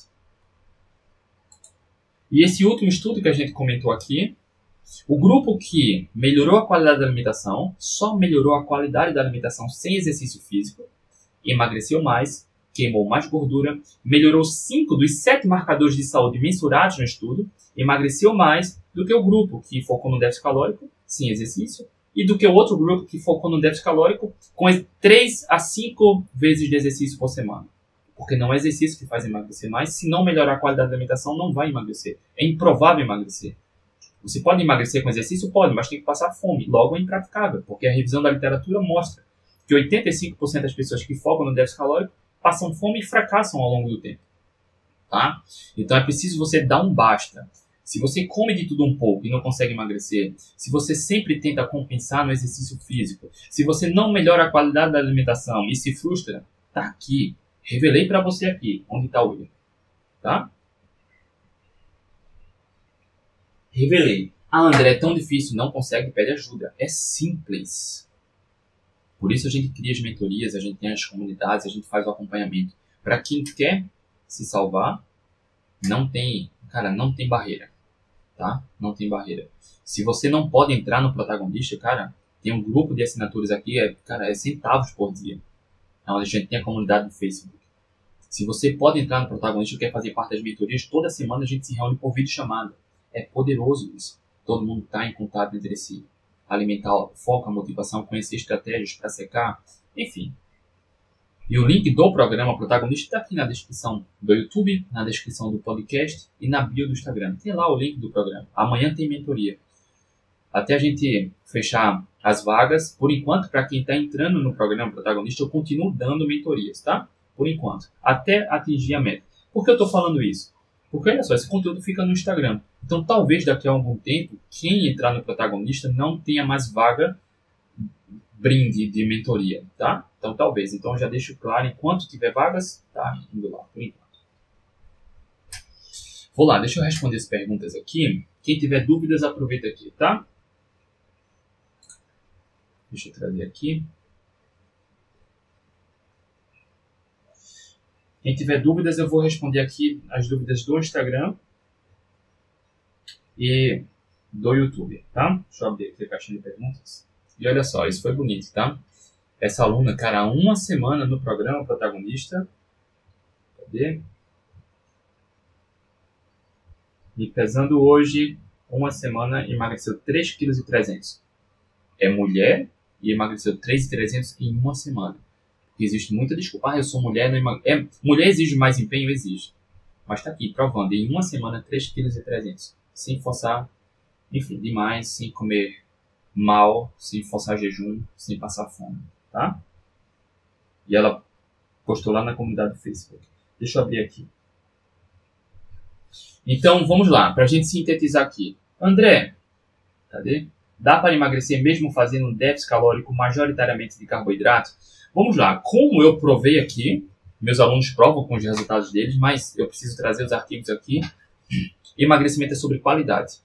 E esse último estudo que a gente comentou aqui, o grupo que melhorou a qualidade da alimentação, só melhorou a qualidade da alimentação sem exercício físico, emagreceu mais, queimou mais gordura, melhorou 5 dos 7 marcadores de saúde mensurados no estudo, emagreceu mais do que o grupo que focou no déficit calórico, sem exercício, e do que o outro grupo que focou no déficit calórico com 3 a 5 vezes de exercício por semana. Porque não é exercício que faz emagrecer mais. Se não melhorar a qualidade da alimentação, não vai emagrecer. É improvável emagrecer. Você pode emagrecer com exercício? Pode, mas tem que passar fome. Logo é impraticável, porque a revisão da literatura mostra que 85% das pessoas que focam no déficit calórico passam fome e fracassam ao longo do tempo. Tá? Então é preciso você dar um basta. Se você come de tudo um pouco e não consegue emagrecer, se você sempre tenta compensar no exercício físico, se você não melhora a qualidade da alimentação e se frustra, tá aqui. Revelei para você aqui onde está o erro. tá? Revelei. Ah, André, é tão difícil, não consegue, pede ajuda. É simples. Por isso a gente cria as mentorias, a gente tem as comunidades, a gente faz o acompanhamento. Para quem quer se salvar, não tem barreira, tá? Não tem barreira. Se você não pode entrar no protagonista, cara, tem um grupo de assinaturas aqui, é centavos por dia. Onde a gente tem a comunidade do Facebook. Se você pode entrar no protagonista e quer fazer parte das mentorias, toda semana a gente se reúne por videochamada. É poderoso isso. Todo mundo está em contato entre si. Alimentar o foco, a motivação, conhecer estratégias para secar, enfim. E o link do programa protagonista está aqui na descrição do YouTube, na descrição do podcast e na bio do Instagram. Tem lá o link do programa. Amanhã tem mentoria. Até a gente fechar as vagas, por enquanto, para quem está entrando no programa protagonista, eu continuo dando mentorias, tá? Por enquanto. Até atingir a meta. Por que eu estou falando isso? Porque, olha só, esse conteúdo fica no Instagram. Então, talvez daqui a algum tempo, quem entrar no protagonista não tenha mais vaga brinde de mentoria, tá? Então, talvez. Então, eu já deixo claro, enquanto tiver vagas, tá indo lá, por enquanto. Vou lá, deixa eu responder as perguntas aqui. Quem tiver dúvidas, aproveita aqui, tá? Deixa eu trazer aqui. Quem tiver dúvidas, eu vou responder aqui as dúvidas do Instagram e do YouTube, tá? Deixa eu abrir aqui a caixinha de perguntas. E olha só, isso foi bonito, tá? Essa aluna, cara, há uma semana no programa protagonista. Cadê? E pesando hoje, uma semana, emagreceu 3,3 kg. É mulher e emagreceu 3,300 em uma semana. Existe muita desculpa. Ah, eu sou mulher, não mulher exige mais empenho? Exige. Mas tá aqui, provando. Em uma semana, 3,3 kg. Sem forçar, enfim, demais, sem comer mal, sem forçar jejum, sem passar fome, tá? E ela postou lá na comunidade do Facebook. Deixa eu abrir aqui. Então, vamos lá, pra gente sintetizar aqui. André, cadê? Dá para emagrecer mesmo fazendo um déficit calórico majoritariamente de carboidrato? Vamos lá, como eu provei aqui, meus alunos provam com os resultados deles, mas eu preciso trazer os artigos aqui. Emagrecimento é sobre qualidade.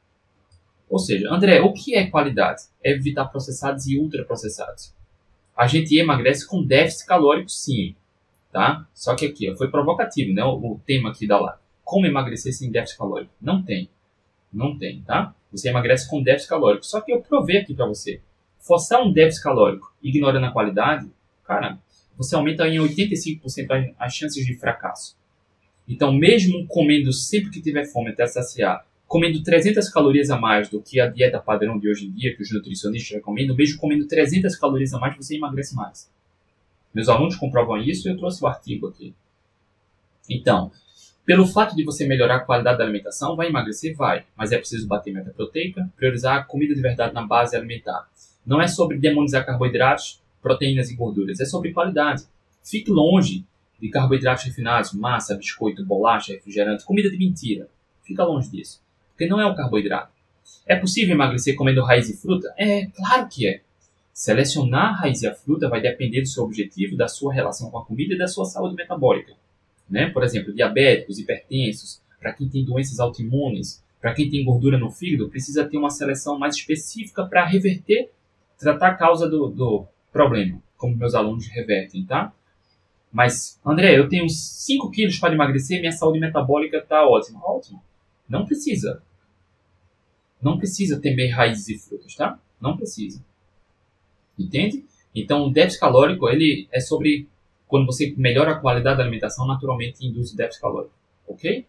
Ou seja, André, o que é qualidade? É evitar processados e ultraprocessados. A gente emagrece com déficit calórico, sim, tá? Só que aqui, foi provocativo, né? O tema aqui da live. Como emagrecer sem déficit calórico? Não tem. Não tem, tá? Você emagrece com déficit calórico. Só que eu provei aqui para você. Forçar um déficit calórico ignorando a qualidade, cara, você aumenta em 85% as chances de fracasso. Então, mesmo comendo sempre que tiver fome até saciar, comendo 300 calorias a mais do que a dieta padrão de hoje em dia, que os nutricionistas recomendam, mesmo comendo 300 calorias a mais, você emagrece mais. Meus alunos comprovam isso e eu trouxe o artigo aqui. Então, pelo fato de você melhorar a qualidade da alimentação, vai emagrecer? Vai. Mas é preciso bater meta proteica, priorizar a comida de verdade na base alimentar. Não é sobre demonizar carboidratos, proteínas e gorduras. É sobre qualidade. Fique longe de carboidratos refinados, massa, biscoito, bolacha, refrigerante, comida de mentira. Fica longe disso. Porque não é o carboidrato. É possível emagrecer comendo raiz e fruta? É, claro que é. Selecionar a raiz e a fruta vai depender do seu objetivo, da sua relação com a comida e da sua saúde metabólica. Né? Por exemplo, diabéticos, hipertensos, para quem tem doenças autoimunes, para quem tem gordura no fígado, precisa ter uma seleção mais específica para reverter, tratar a causa do problema, como meus alunos revertem, tá? Mas, André, eu tenho 5 quilos para emagrecer, minha saúde metabólica está ótima. Ótimo. Não precisa. Não precisa temer raízes e frutas, tá? Não precisa. Entende? Então, o déficit calórico, ele é sobre quando você melhora a qualidade da alimentação, naturalmente induz o déficit calórico. Ok?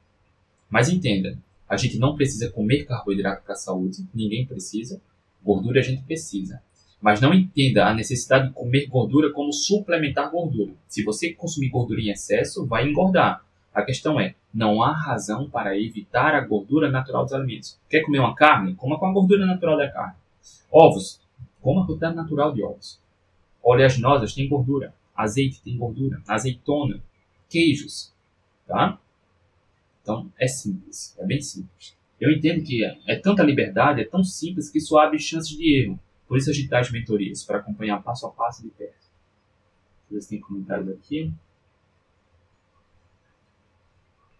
Mas entenda, a gente não precisa comer carboidrato para a saúde. Ninguém precisa. Gordura a gente precisa. Mas não entenda a necessidade de comer gordura como suplementar gordura. Se você consumir gordura em excesso, vai engordar. A questão é, não há razão para evitar a gordura natural dos alimentos. Quer comer uma carne? Coma com a gordura natural da carne. Ovos? Coma a gordura natural de ovos. Oleaginosas têm gordura. Azeite tem gordura. Azeitona. Queijos. Tá? Então, é simples. É bem simples. Eu entendo que é tanta liberdade, é tão simples que isso abre chances de erro. Por isso a gente dá as mentorias, para acompanhar passo a passo de perto. Deixa eu ver se tem comentários aqui.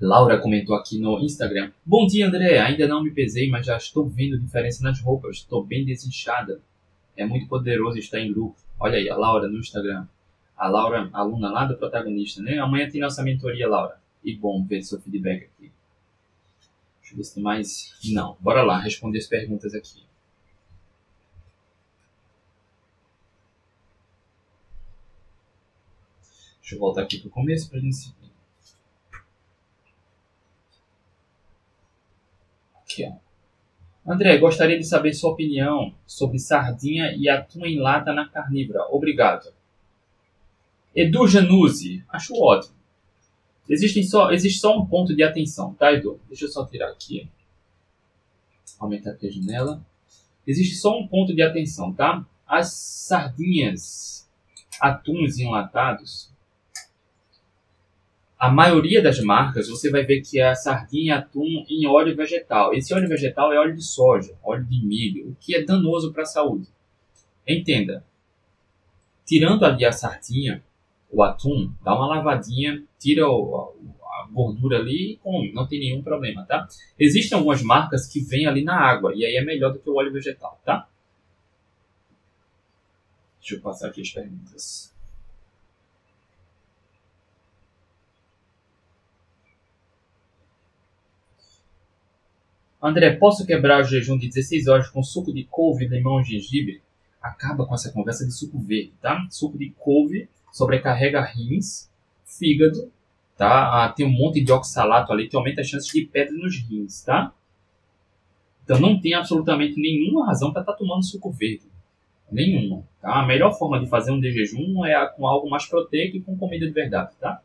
Laura comentou aqui no Instagram. Bom dia, André. Ainda não me pesei, mas já estou vendo diferença nas roupas. Estou bem desinchada. É muito poderoso estar em grupo. Olha aí, a Laura no Instagram. A Laura, aluna lá do protagonista, né? Amanhã tem nossa mentoria, Laura. E bom ver seu feedback aqui. Deixa eu ver se tem mais. Não. Bora lá, responder as perguntas aqui. Deixa eu voltar aqui para o começo para a gente seguir. Aqui, ó. André, gostaria de saber sua opinião sobre sardinha e atum em lata na carnívora. Obrigado. Edu Januzzi, acho ótimo. Existe só um ponto de atenção, tá, Edu? Deixa eu só tirar aqui. Aumentar aqui a janela. Existe só um ponto de atenção, tá? As sardinhas, atuns enlatados, a maioria das marcas, você vai ver que é a sardinha e atum em óleo vegetal. Esse óleo vegetal é óleo de soja, óleo de milho, o que é danoso para a saúde. Entenda, tirando ali a sardinha, o atum, dá uma lavadinha, tira a gordura ali e come, não tem nenhum problema, tá? Existem algumas marcas que vêm ali na água, e aí é melhor do que o óleo vegetal, tá? Deixa eu passar aqui as perguntas. André, posso quebrar o jejum de 16 horas com suco de couve, limão e gengibre? Acaba com essa conversa de suco verde, tá? Suco de couve sobrecarrega rins, fígado, tá? Tem um monte de oxalato ali que aumenta as chances de pedra nos rins, tá? Então não tem absolutamente nenhuma razão para estar tomando suco verde. Nenhuma, tá? A melhor forma de fazer um de jejum é com algo mais proteico e com comida de verdade, tá?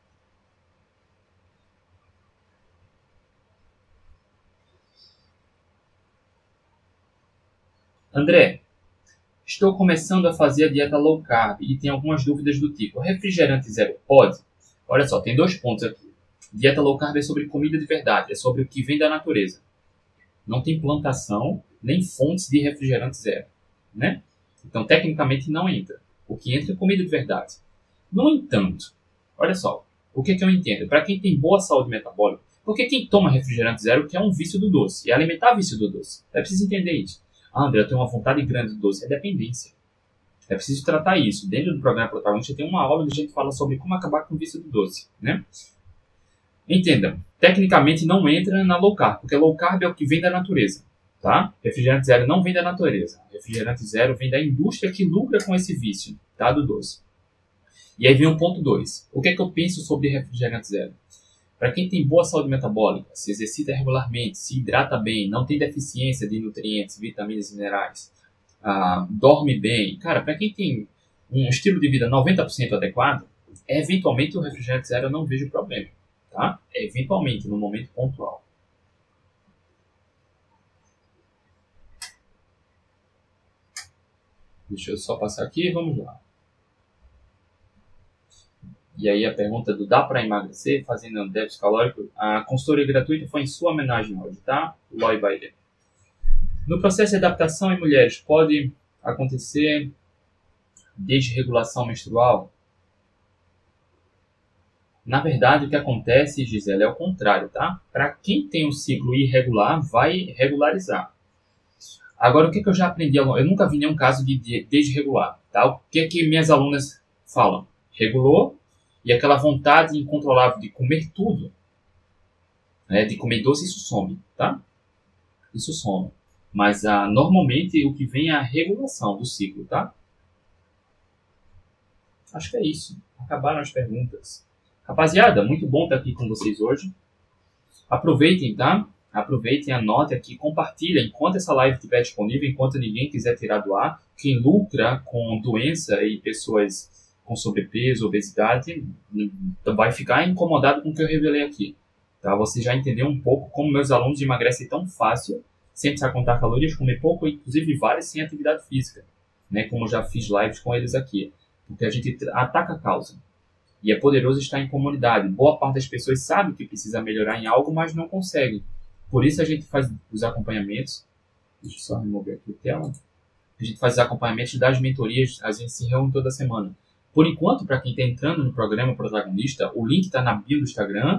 André, estou começando a fazer a dieta low carb e tenho algumas dúvidas do tipo, refrigerante zero pode? Olha só, tem 2 pontos aqui. Dieta low carb é sobre comida de verdade, é sobre o que vem da natureza. Não tem plantação nem fontes de refrigerante zero, né? Então, tecnicamente, não entra. O que entra é comida de verdade. No entanto, olha só, o que eu entendo? Para quem tem boa saúde metabólica, porque quem toma refrigerante zero quer um vício do doce, e alimentar vício do doce. É preciso entender isso. Ah, André, eu tenho uma vontade grande de doce. É dependência. É preciso tratar isso. Dentro do programa Protagonista tem uma aula onde a gente fala sobre como acabar com o vício do doce, né? Entenda, tecnicamente não entra na low carb, porque low carb é o que vem da natureza, tá? Refrigerante zero não vem da natureza. Refrigerante zero vem da indústria que lucra com esse vício, tá? Do doce. E aí vem o ponto 2. O que é que eu penso sobre refrigerante zero? Para quem tem boa saúde metabólica, se exercita regularmente, se hidrata bem, não tem deficiência de nutrientes, vitaminas e minerais, dorme bem. Cara, para quem tem um estilo de vida 90% adequado, eventualmente o refrigerante zero eu não vejo problema, tá? Eventualmente, no momento pontual. Deixa eu só passar aqui, vamos lá. E aí a pergunta do dá para emagrecer fazendo um déficit calórico? A consultoria gratuita foi em sua homenagem hoje, tá? Loy Biden. No processo de adaptação em mulheres, pode acontecer desregulação menstrual? Na verdade, o que acontece, Gisele, é o contrário, tá? Para quem tem um ciclo irregular, vai regularizar. Agora, o que eu já aprendi? Eu nunca vi nenhum caso de desregular, tá? O que minhas alunas falam? Regulou, e aquela vontade incontrolável de comer tudo, né, de comer doce, isso some, tá? Isso some. Mas normalmente o que vem é a regulação do ciclo, tá? Acho que é isso. Acabaram as perguntas. Rapaziada, muito bom estar aqui com vocês hoje. Aproveitem, tá? Aproveitem, anotem aqui, compartilhem enquanto essa live estiver disponível, enquanto ninguém quiser tirar do ar. Quem lucra com doença e pessoas com sobrepeso, obesidade, vai ficar incomodado com o que eu revelei aqui. Tá? Você já entendeu um pouco como meus alunos emagrecem tão fácil, sem precisar contar calorias, comer pouco, inclusive vários sem atividade física, né? Como eu já fiz lives com eles aqui. Porque a gente ataca a causa. E é poderoso estar em comunidade. Boa parte das pessoas sabe que precisa melhorar em algo, mas não consegue. Por isso a gente faz os acompanhamentos. Deixa eu só remover aqui a tela. A gente faz os acompanhamentos das mentorias, a gente se reúne toda semana. Por enquanto, para quem está entrando no programa Protagonista, o link está na bio do Instagram,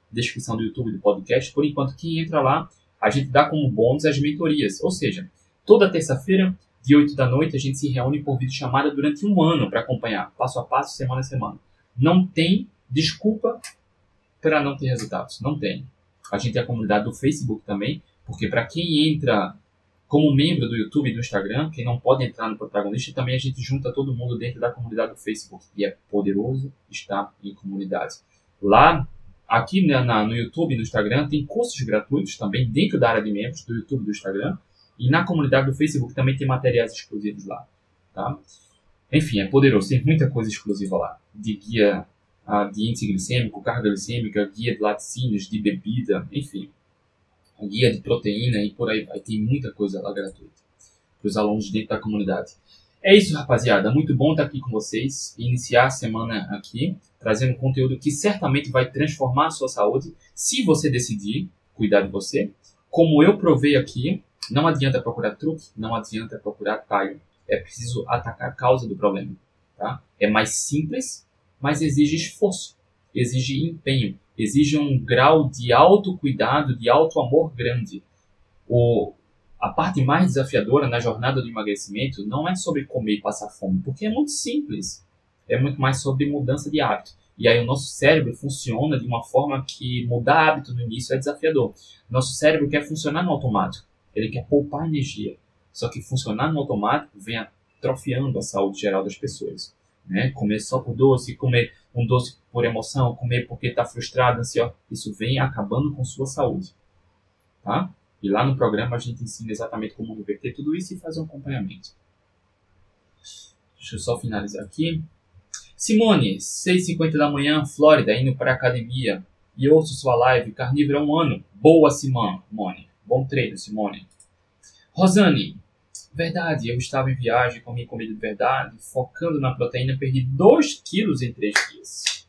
descrição do YouTube do podcast. Por enquanto, quem entra lá, a gente dá como bônus as mentorias. Ou seja, toda terça-feira, de 8 da noite, a gente se reúne por videochamada durante um ano para acompanhar, passo a passo, semana a semana. Não tem desculpa para não ter resultados. Não tem. A gente tem a comunidade do Facebook também, porque para quem entra como membro do YouTube e do Instagram, quem não pode entrar no protagonista, também a gente junta todo mundo dentro da comunidade do Facebook. E é poderoso estar em comunidade. Lá, aqui no YouTube e no Instagram, tem cursos gratuitos também dentro da área de membros do YouTube e do Instagram. E na comunidade do Facebook também tem materiais exclusivos lá. Tá? Enfim, é poderoso. Tem muita coisa exclusiva lá. De guia de índice glicêmico, carga glicêmica, guia de laticínios, de bebida, enfim. Guia de proteína e por aí vai. Tem muita coisa lá gratuita para os alunos dentro da comunidade. É isso, rapaziada. Muito bom estar aqui com vocês e iniciar a semana aqui, trazendo conteúdo que certamente vai transformar a sua saúde, se você decidir cuidar de você. Como eu provei aqui, não adianta procurar truque, não adianta procurar atalho. É preciso atacar a causa do problema. Tá? É mais simples, mas exige esforço, exige empenho, exige um grau de autocuidado, de auto-amor grande. A parte mais desafiadora na jornada do emagrecimento não é sobre comer e passar fome, porque é muito simples. É muito mais sobre mudança de hábito. E aí o nosso cérebro funciona de uma forma que mudar hábito no início é desafiador. Nosso cérebro quer funcionar no automático. Ele quer poupar energia. Só que funcionar no automático vem atrofiando a saúde geral das pessoas. Né? Comer só por doce, comer um doce por emoção, comer porque está frustrado, ansioso. Isso vem acabando com sua saúde. Tá? E lá no programa a gente ensina exatamente como reverter tudo isso e fazer um acompanhamento. Deixa eu só finalizar aqui. Simone, 6h50 da manhã, Flórida, indo para a academia. E ouço sua live, carnívora há um ano. Boa, Simone. Bom treino, Simone. Rosane, verdade, eu estava em viagem, comi comida de verdade, focando na proteína, perdi 2 quilos em 3 dias.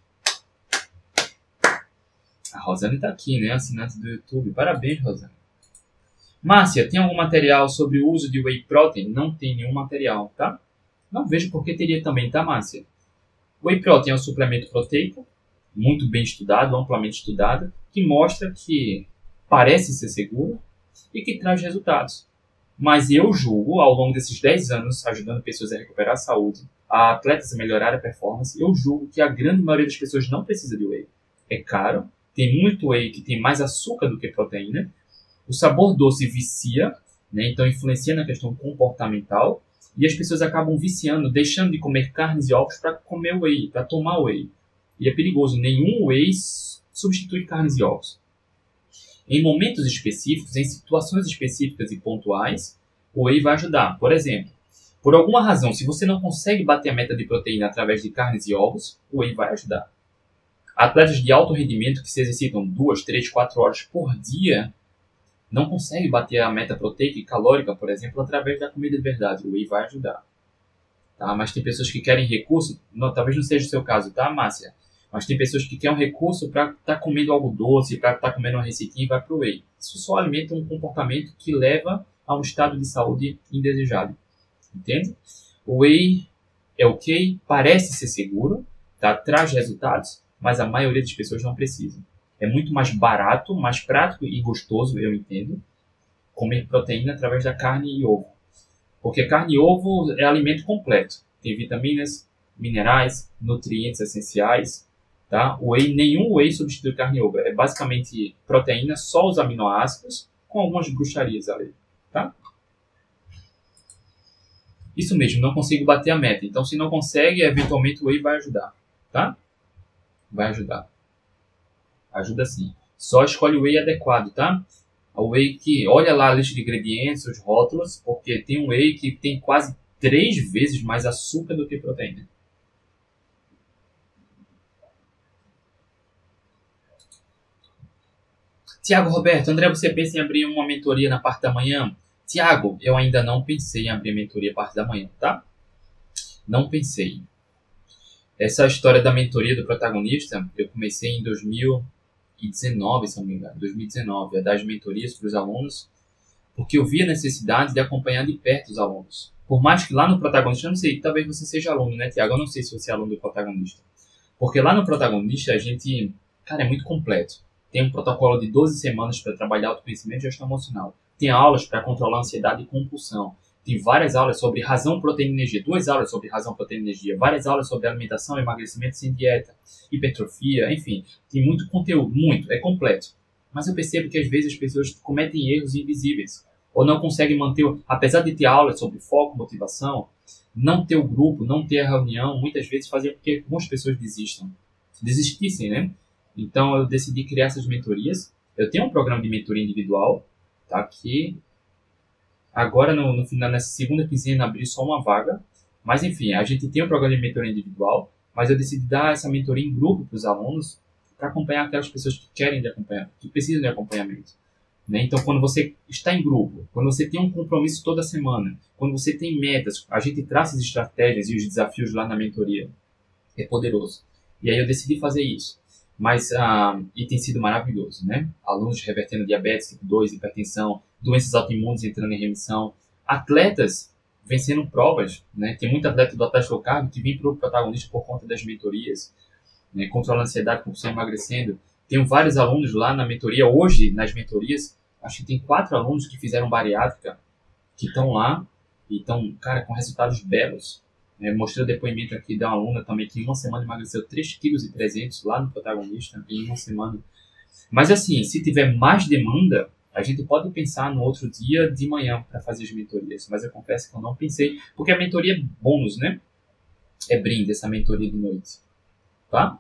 A Rosane está aqui, né? Assinante do YouTube. Parabéns, Rosane. Márcia, tem algum material sobre o uso de Whey Protein? Não tem nenhum material, tá? Não vejo por que teria também, tá, Márcia? Whey Protein é um suplemento proteico, muito bem estudado, amplamente estudado, que mostra que parece ser seguro e que traz resultados. Mas eu julgo, ao longo desses 10 anos, ajudando pessoas a recuperar a saúde, a atletas a melhorar a performance, eu julgo que a grande maioria das pessoas não precisa de Whey. É caro, tem muito Whey que tem mais açúcar do que proteína, o sabor doce vicia, né? Então influencia na questão comportamental, e as pessoas acabam viciando, deixando de comer carnes e ovos para comer Whey, para tomar Whey. E é perigoso, nenhum Whey substitui carnes e ovos. Em momentos específicos, em situações específicas e pontuais, o Whey vai ajudar. Por exemplo, por alguma razão, se você não consegue bater a meta de proteína através de carnes e ovos, o Whey vai ajudar. Atletas de alto rendimento que se exercitam 2, 3, 4 horas por dia não conseguem bater a meta proteica e calórica, por exemplo, através da comida de verdade. O Whey vai ajudar. Tá? Mas tem pessoas que querem recurso, talvez não seja o seu caso, tá, Márcia? Mas tem pessoas que querem um recurso para estar comendo algo doce, para estar comendo uma receitinha e vai para o Whey. Isso só alimenta um comportamento que leva a um estado de saúde indesejado. Entende? O Whey é ok, parece ser seguro, tá? Traz resultados, mas a maioria das pessoas não precisa. É muito mais barato, mais prático e gostoso, eu entendo, comer proteína através da carne e ovo. Porque carne e ovo é alimento completo. Tem vitaminas, minerais, nutrientes essenciais. Tá? Nenhum Whey substitui carne e ovo. É basicamente proteína, só os aminoácidos, com algumas bruxarias ali. Tá? Isso mesmo, não consigo bater a meta. Então, se não consegue, eventualmente o Whey vai ajudar. Tá? Vai ajudar. Ajuda sim. Só escolhe o Whey adequado, tá? O Whey que... Olha lá a lista de ingredientes, os rótulos, porque tem um Whey que tem quase 3 vezes mais açúcar do que proteína. Tiago Roberto, André, você pensa em abrir uma mentoria na parte da manhã? Tiago, eu ainda não pensei em abrir mentoria na parte da manhã, tá? Não pensei. Essa história da mentoria do protagonista, eu comecei em 2019, se não me engano, 2019, a dar as mentorias para os alunos, porque eu vi a necessidade de acompanhar de perto os alunos. Por mais que lá no protagonista, eu não sei, talvez você seja aluno, né, Tiago? Eu não sei se você é aluno do protagonista. Porque lá no protagonista, a gente, cara, é muito completo. Tem um protocolo de 12 semanas para trabalhar autoconhecimento e gestão emocional. Tem aulas para controlar a ansiedade e compulsão. Tem várias aulas sobre razão, proteína e energia. 2 aulas sobre razão, proteína e energia. Várias aulas sobre alimentação, emagrecimento sem dieta, hipertrofia, enfim. Tem muito conteúdo, muito. É completo. Mas eu percebo que às vezes as pessoas cometem erros invisíveis. Ou não conseguem manter, apesar de ter aulas sobre foco, motivação, não ter o grupo, não ter a reunião, muitas vezes fazia com que algumas pessoas desistissem, né? Então eu decidi criar essas mentorias. Eu tenho um programa de mentoria individual, tá? Que agora no final, nessa segunda quinzena, abri só uma vaga. Mas enfim, a gente tem um programa de mentoria individual, mas eu decidi dar essa mentoria em grupo para os alunos, para acompanhar aquelas pessoas que querem de acompanhamento, que precisam de acompanhamento. Né? Então, quando você está em grupo, quando você tem um compromisso toda semana, quando você tem metas, a gente traça as estratégias e os desafios lá na mentoria. É poderoso. E aí eu decidi fazer isso. Mas, e tem sido maravilhoso, né? Alunos revertendo diabetes tipo 2, hipertensão, doenças autoimunes entrando em remissão, atletas vencendo provas, né? Tem muito atleta do Atlético Low Carb que vem para o protagonista por conta das mentorias, né? Controla a ansiedade, compulsão, emagrecendo. Tenho vários alunos lá na mentoria, hoje nas mentorias, acho que tem 4 alunos que fizeram bariátrica, que estão lá e estão, cara, com resultados belos. Mostrei o depoimento aqui da aluna também que em uma semana emagreceu 3,3 kg lá no protagonista, em uma semana. Mas assim, se tiver mais demanda, a gente pode pensar no outro dia de manhã para fazer as mentorias. Mas eu confesso que eu não pensei, porque a mentoria é bônus, né? É brinde essa mentoria de noite. Tá?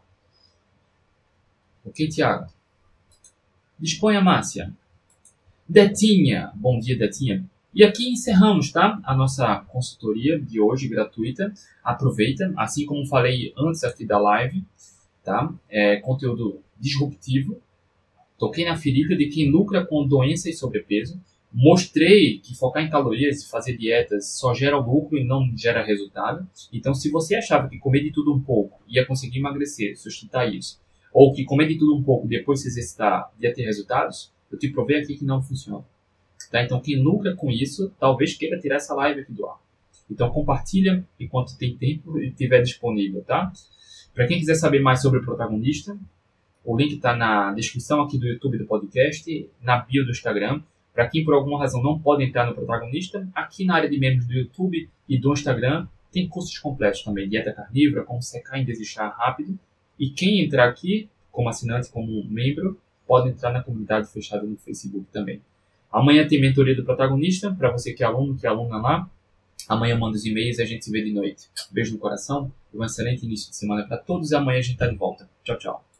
Ok, Tiago? Disponha, Márcia. Detinha. Bom dia, Detinha. E aqui encerramos, tá? A nossa consultoria de hoje, gratuita. Aproveita, assim como falei antes aqui da live, tá? Conteúdo disruptivo. Toquei na ferida de quem lucra com doença e sobrepeso. Mostrei que focar em calorias e fazer dietas só gera lucro e não gera resultado. Então, se você achava que comer de tudo um pouco ia conseguir emagrecer, sustentar isso, ou que comer de tudo um pouco depois se exercitar ia ter resultados, eu te provei aqui que não funciona. Tá? Então, quem lucra com isso, talvez queira tirar essa live aqui do ar. Então, compartilha enquanto tem tempo e estiver disponível, tá? Para quem quiser saber mais sobre o protagonista, o link está na descrição aqui do YouTube do podcast, na bio do Instagram. Para quem por alguma razão não pode entrar no protagonista, aqui na área de membros do YouTube e do Instagram, tem cursos completos também. Dieta carnívora, como secar e desistir rápido. E quem entrar aqui, como assinante, como membro, pode entrar na comunidade fechada no Facebook também. Amanhã tem mentoria do protagonista, para você que é aluno, que é aluna lá. Amanhã manda os e-mails e a gente se vê de noite. Beijo no coração e um excelente início de semana para todos. E amanhã a gente está de volta. Tchau, tchau.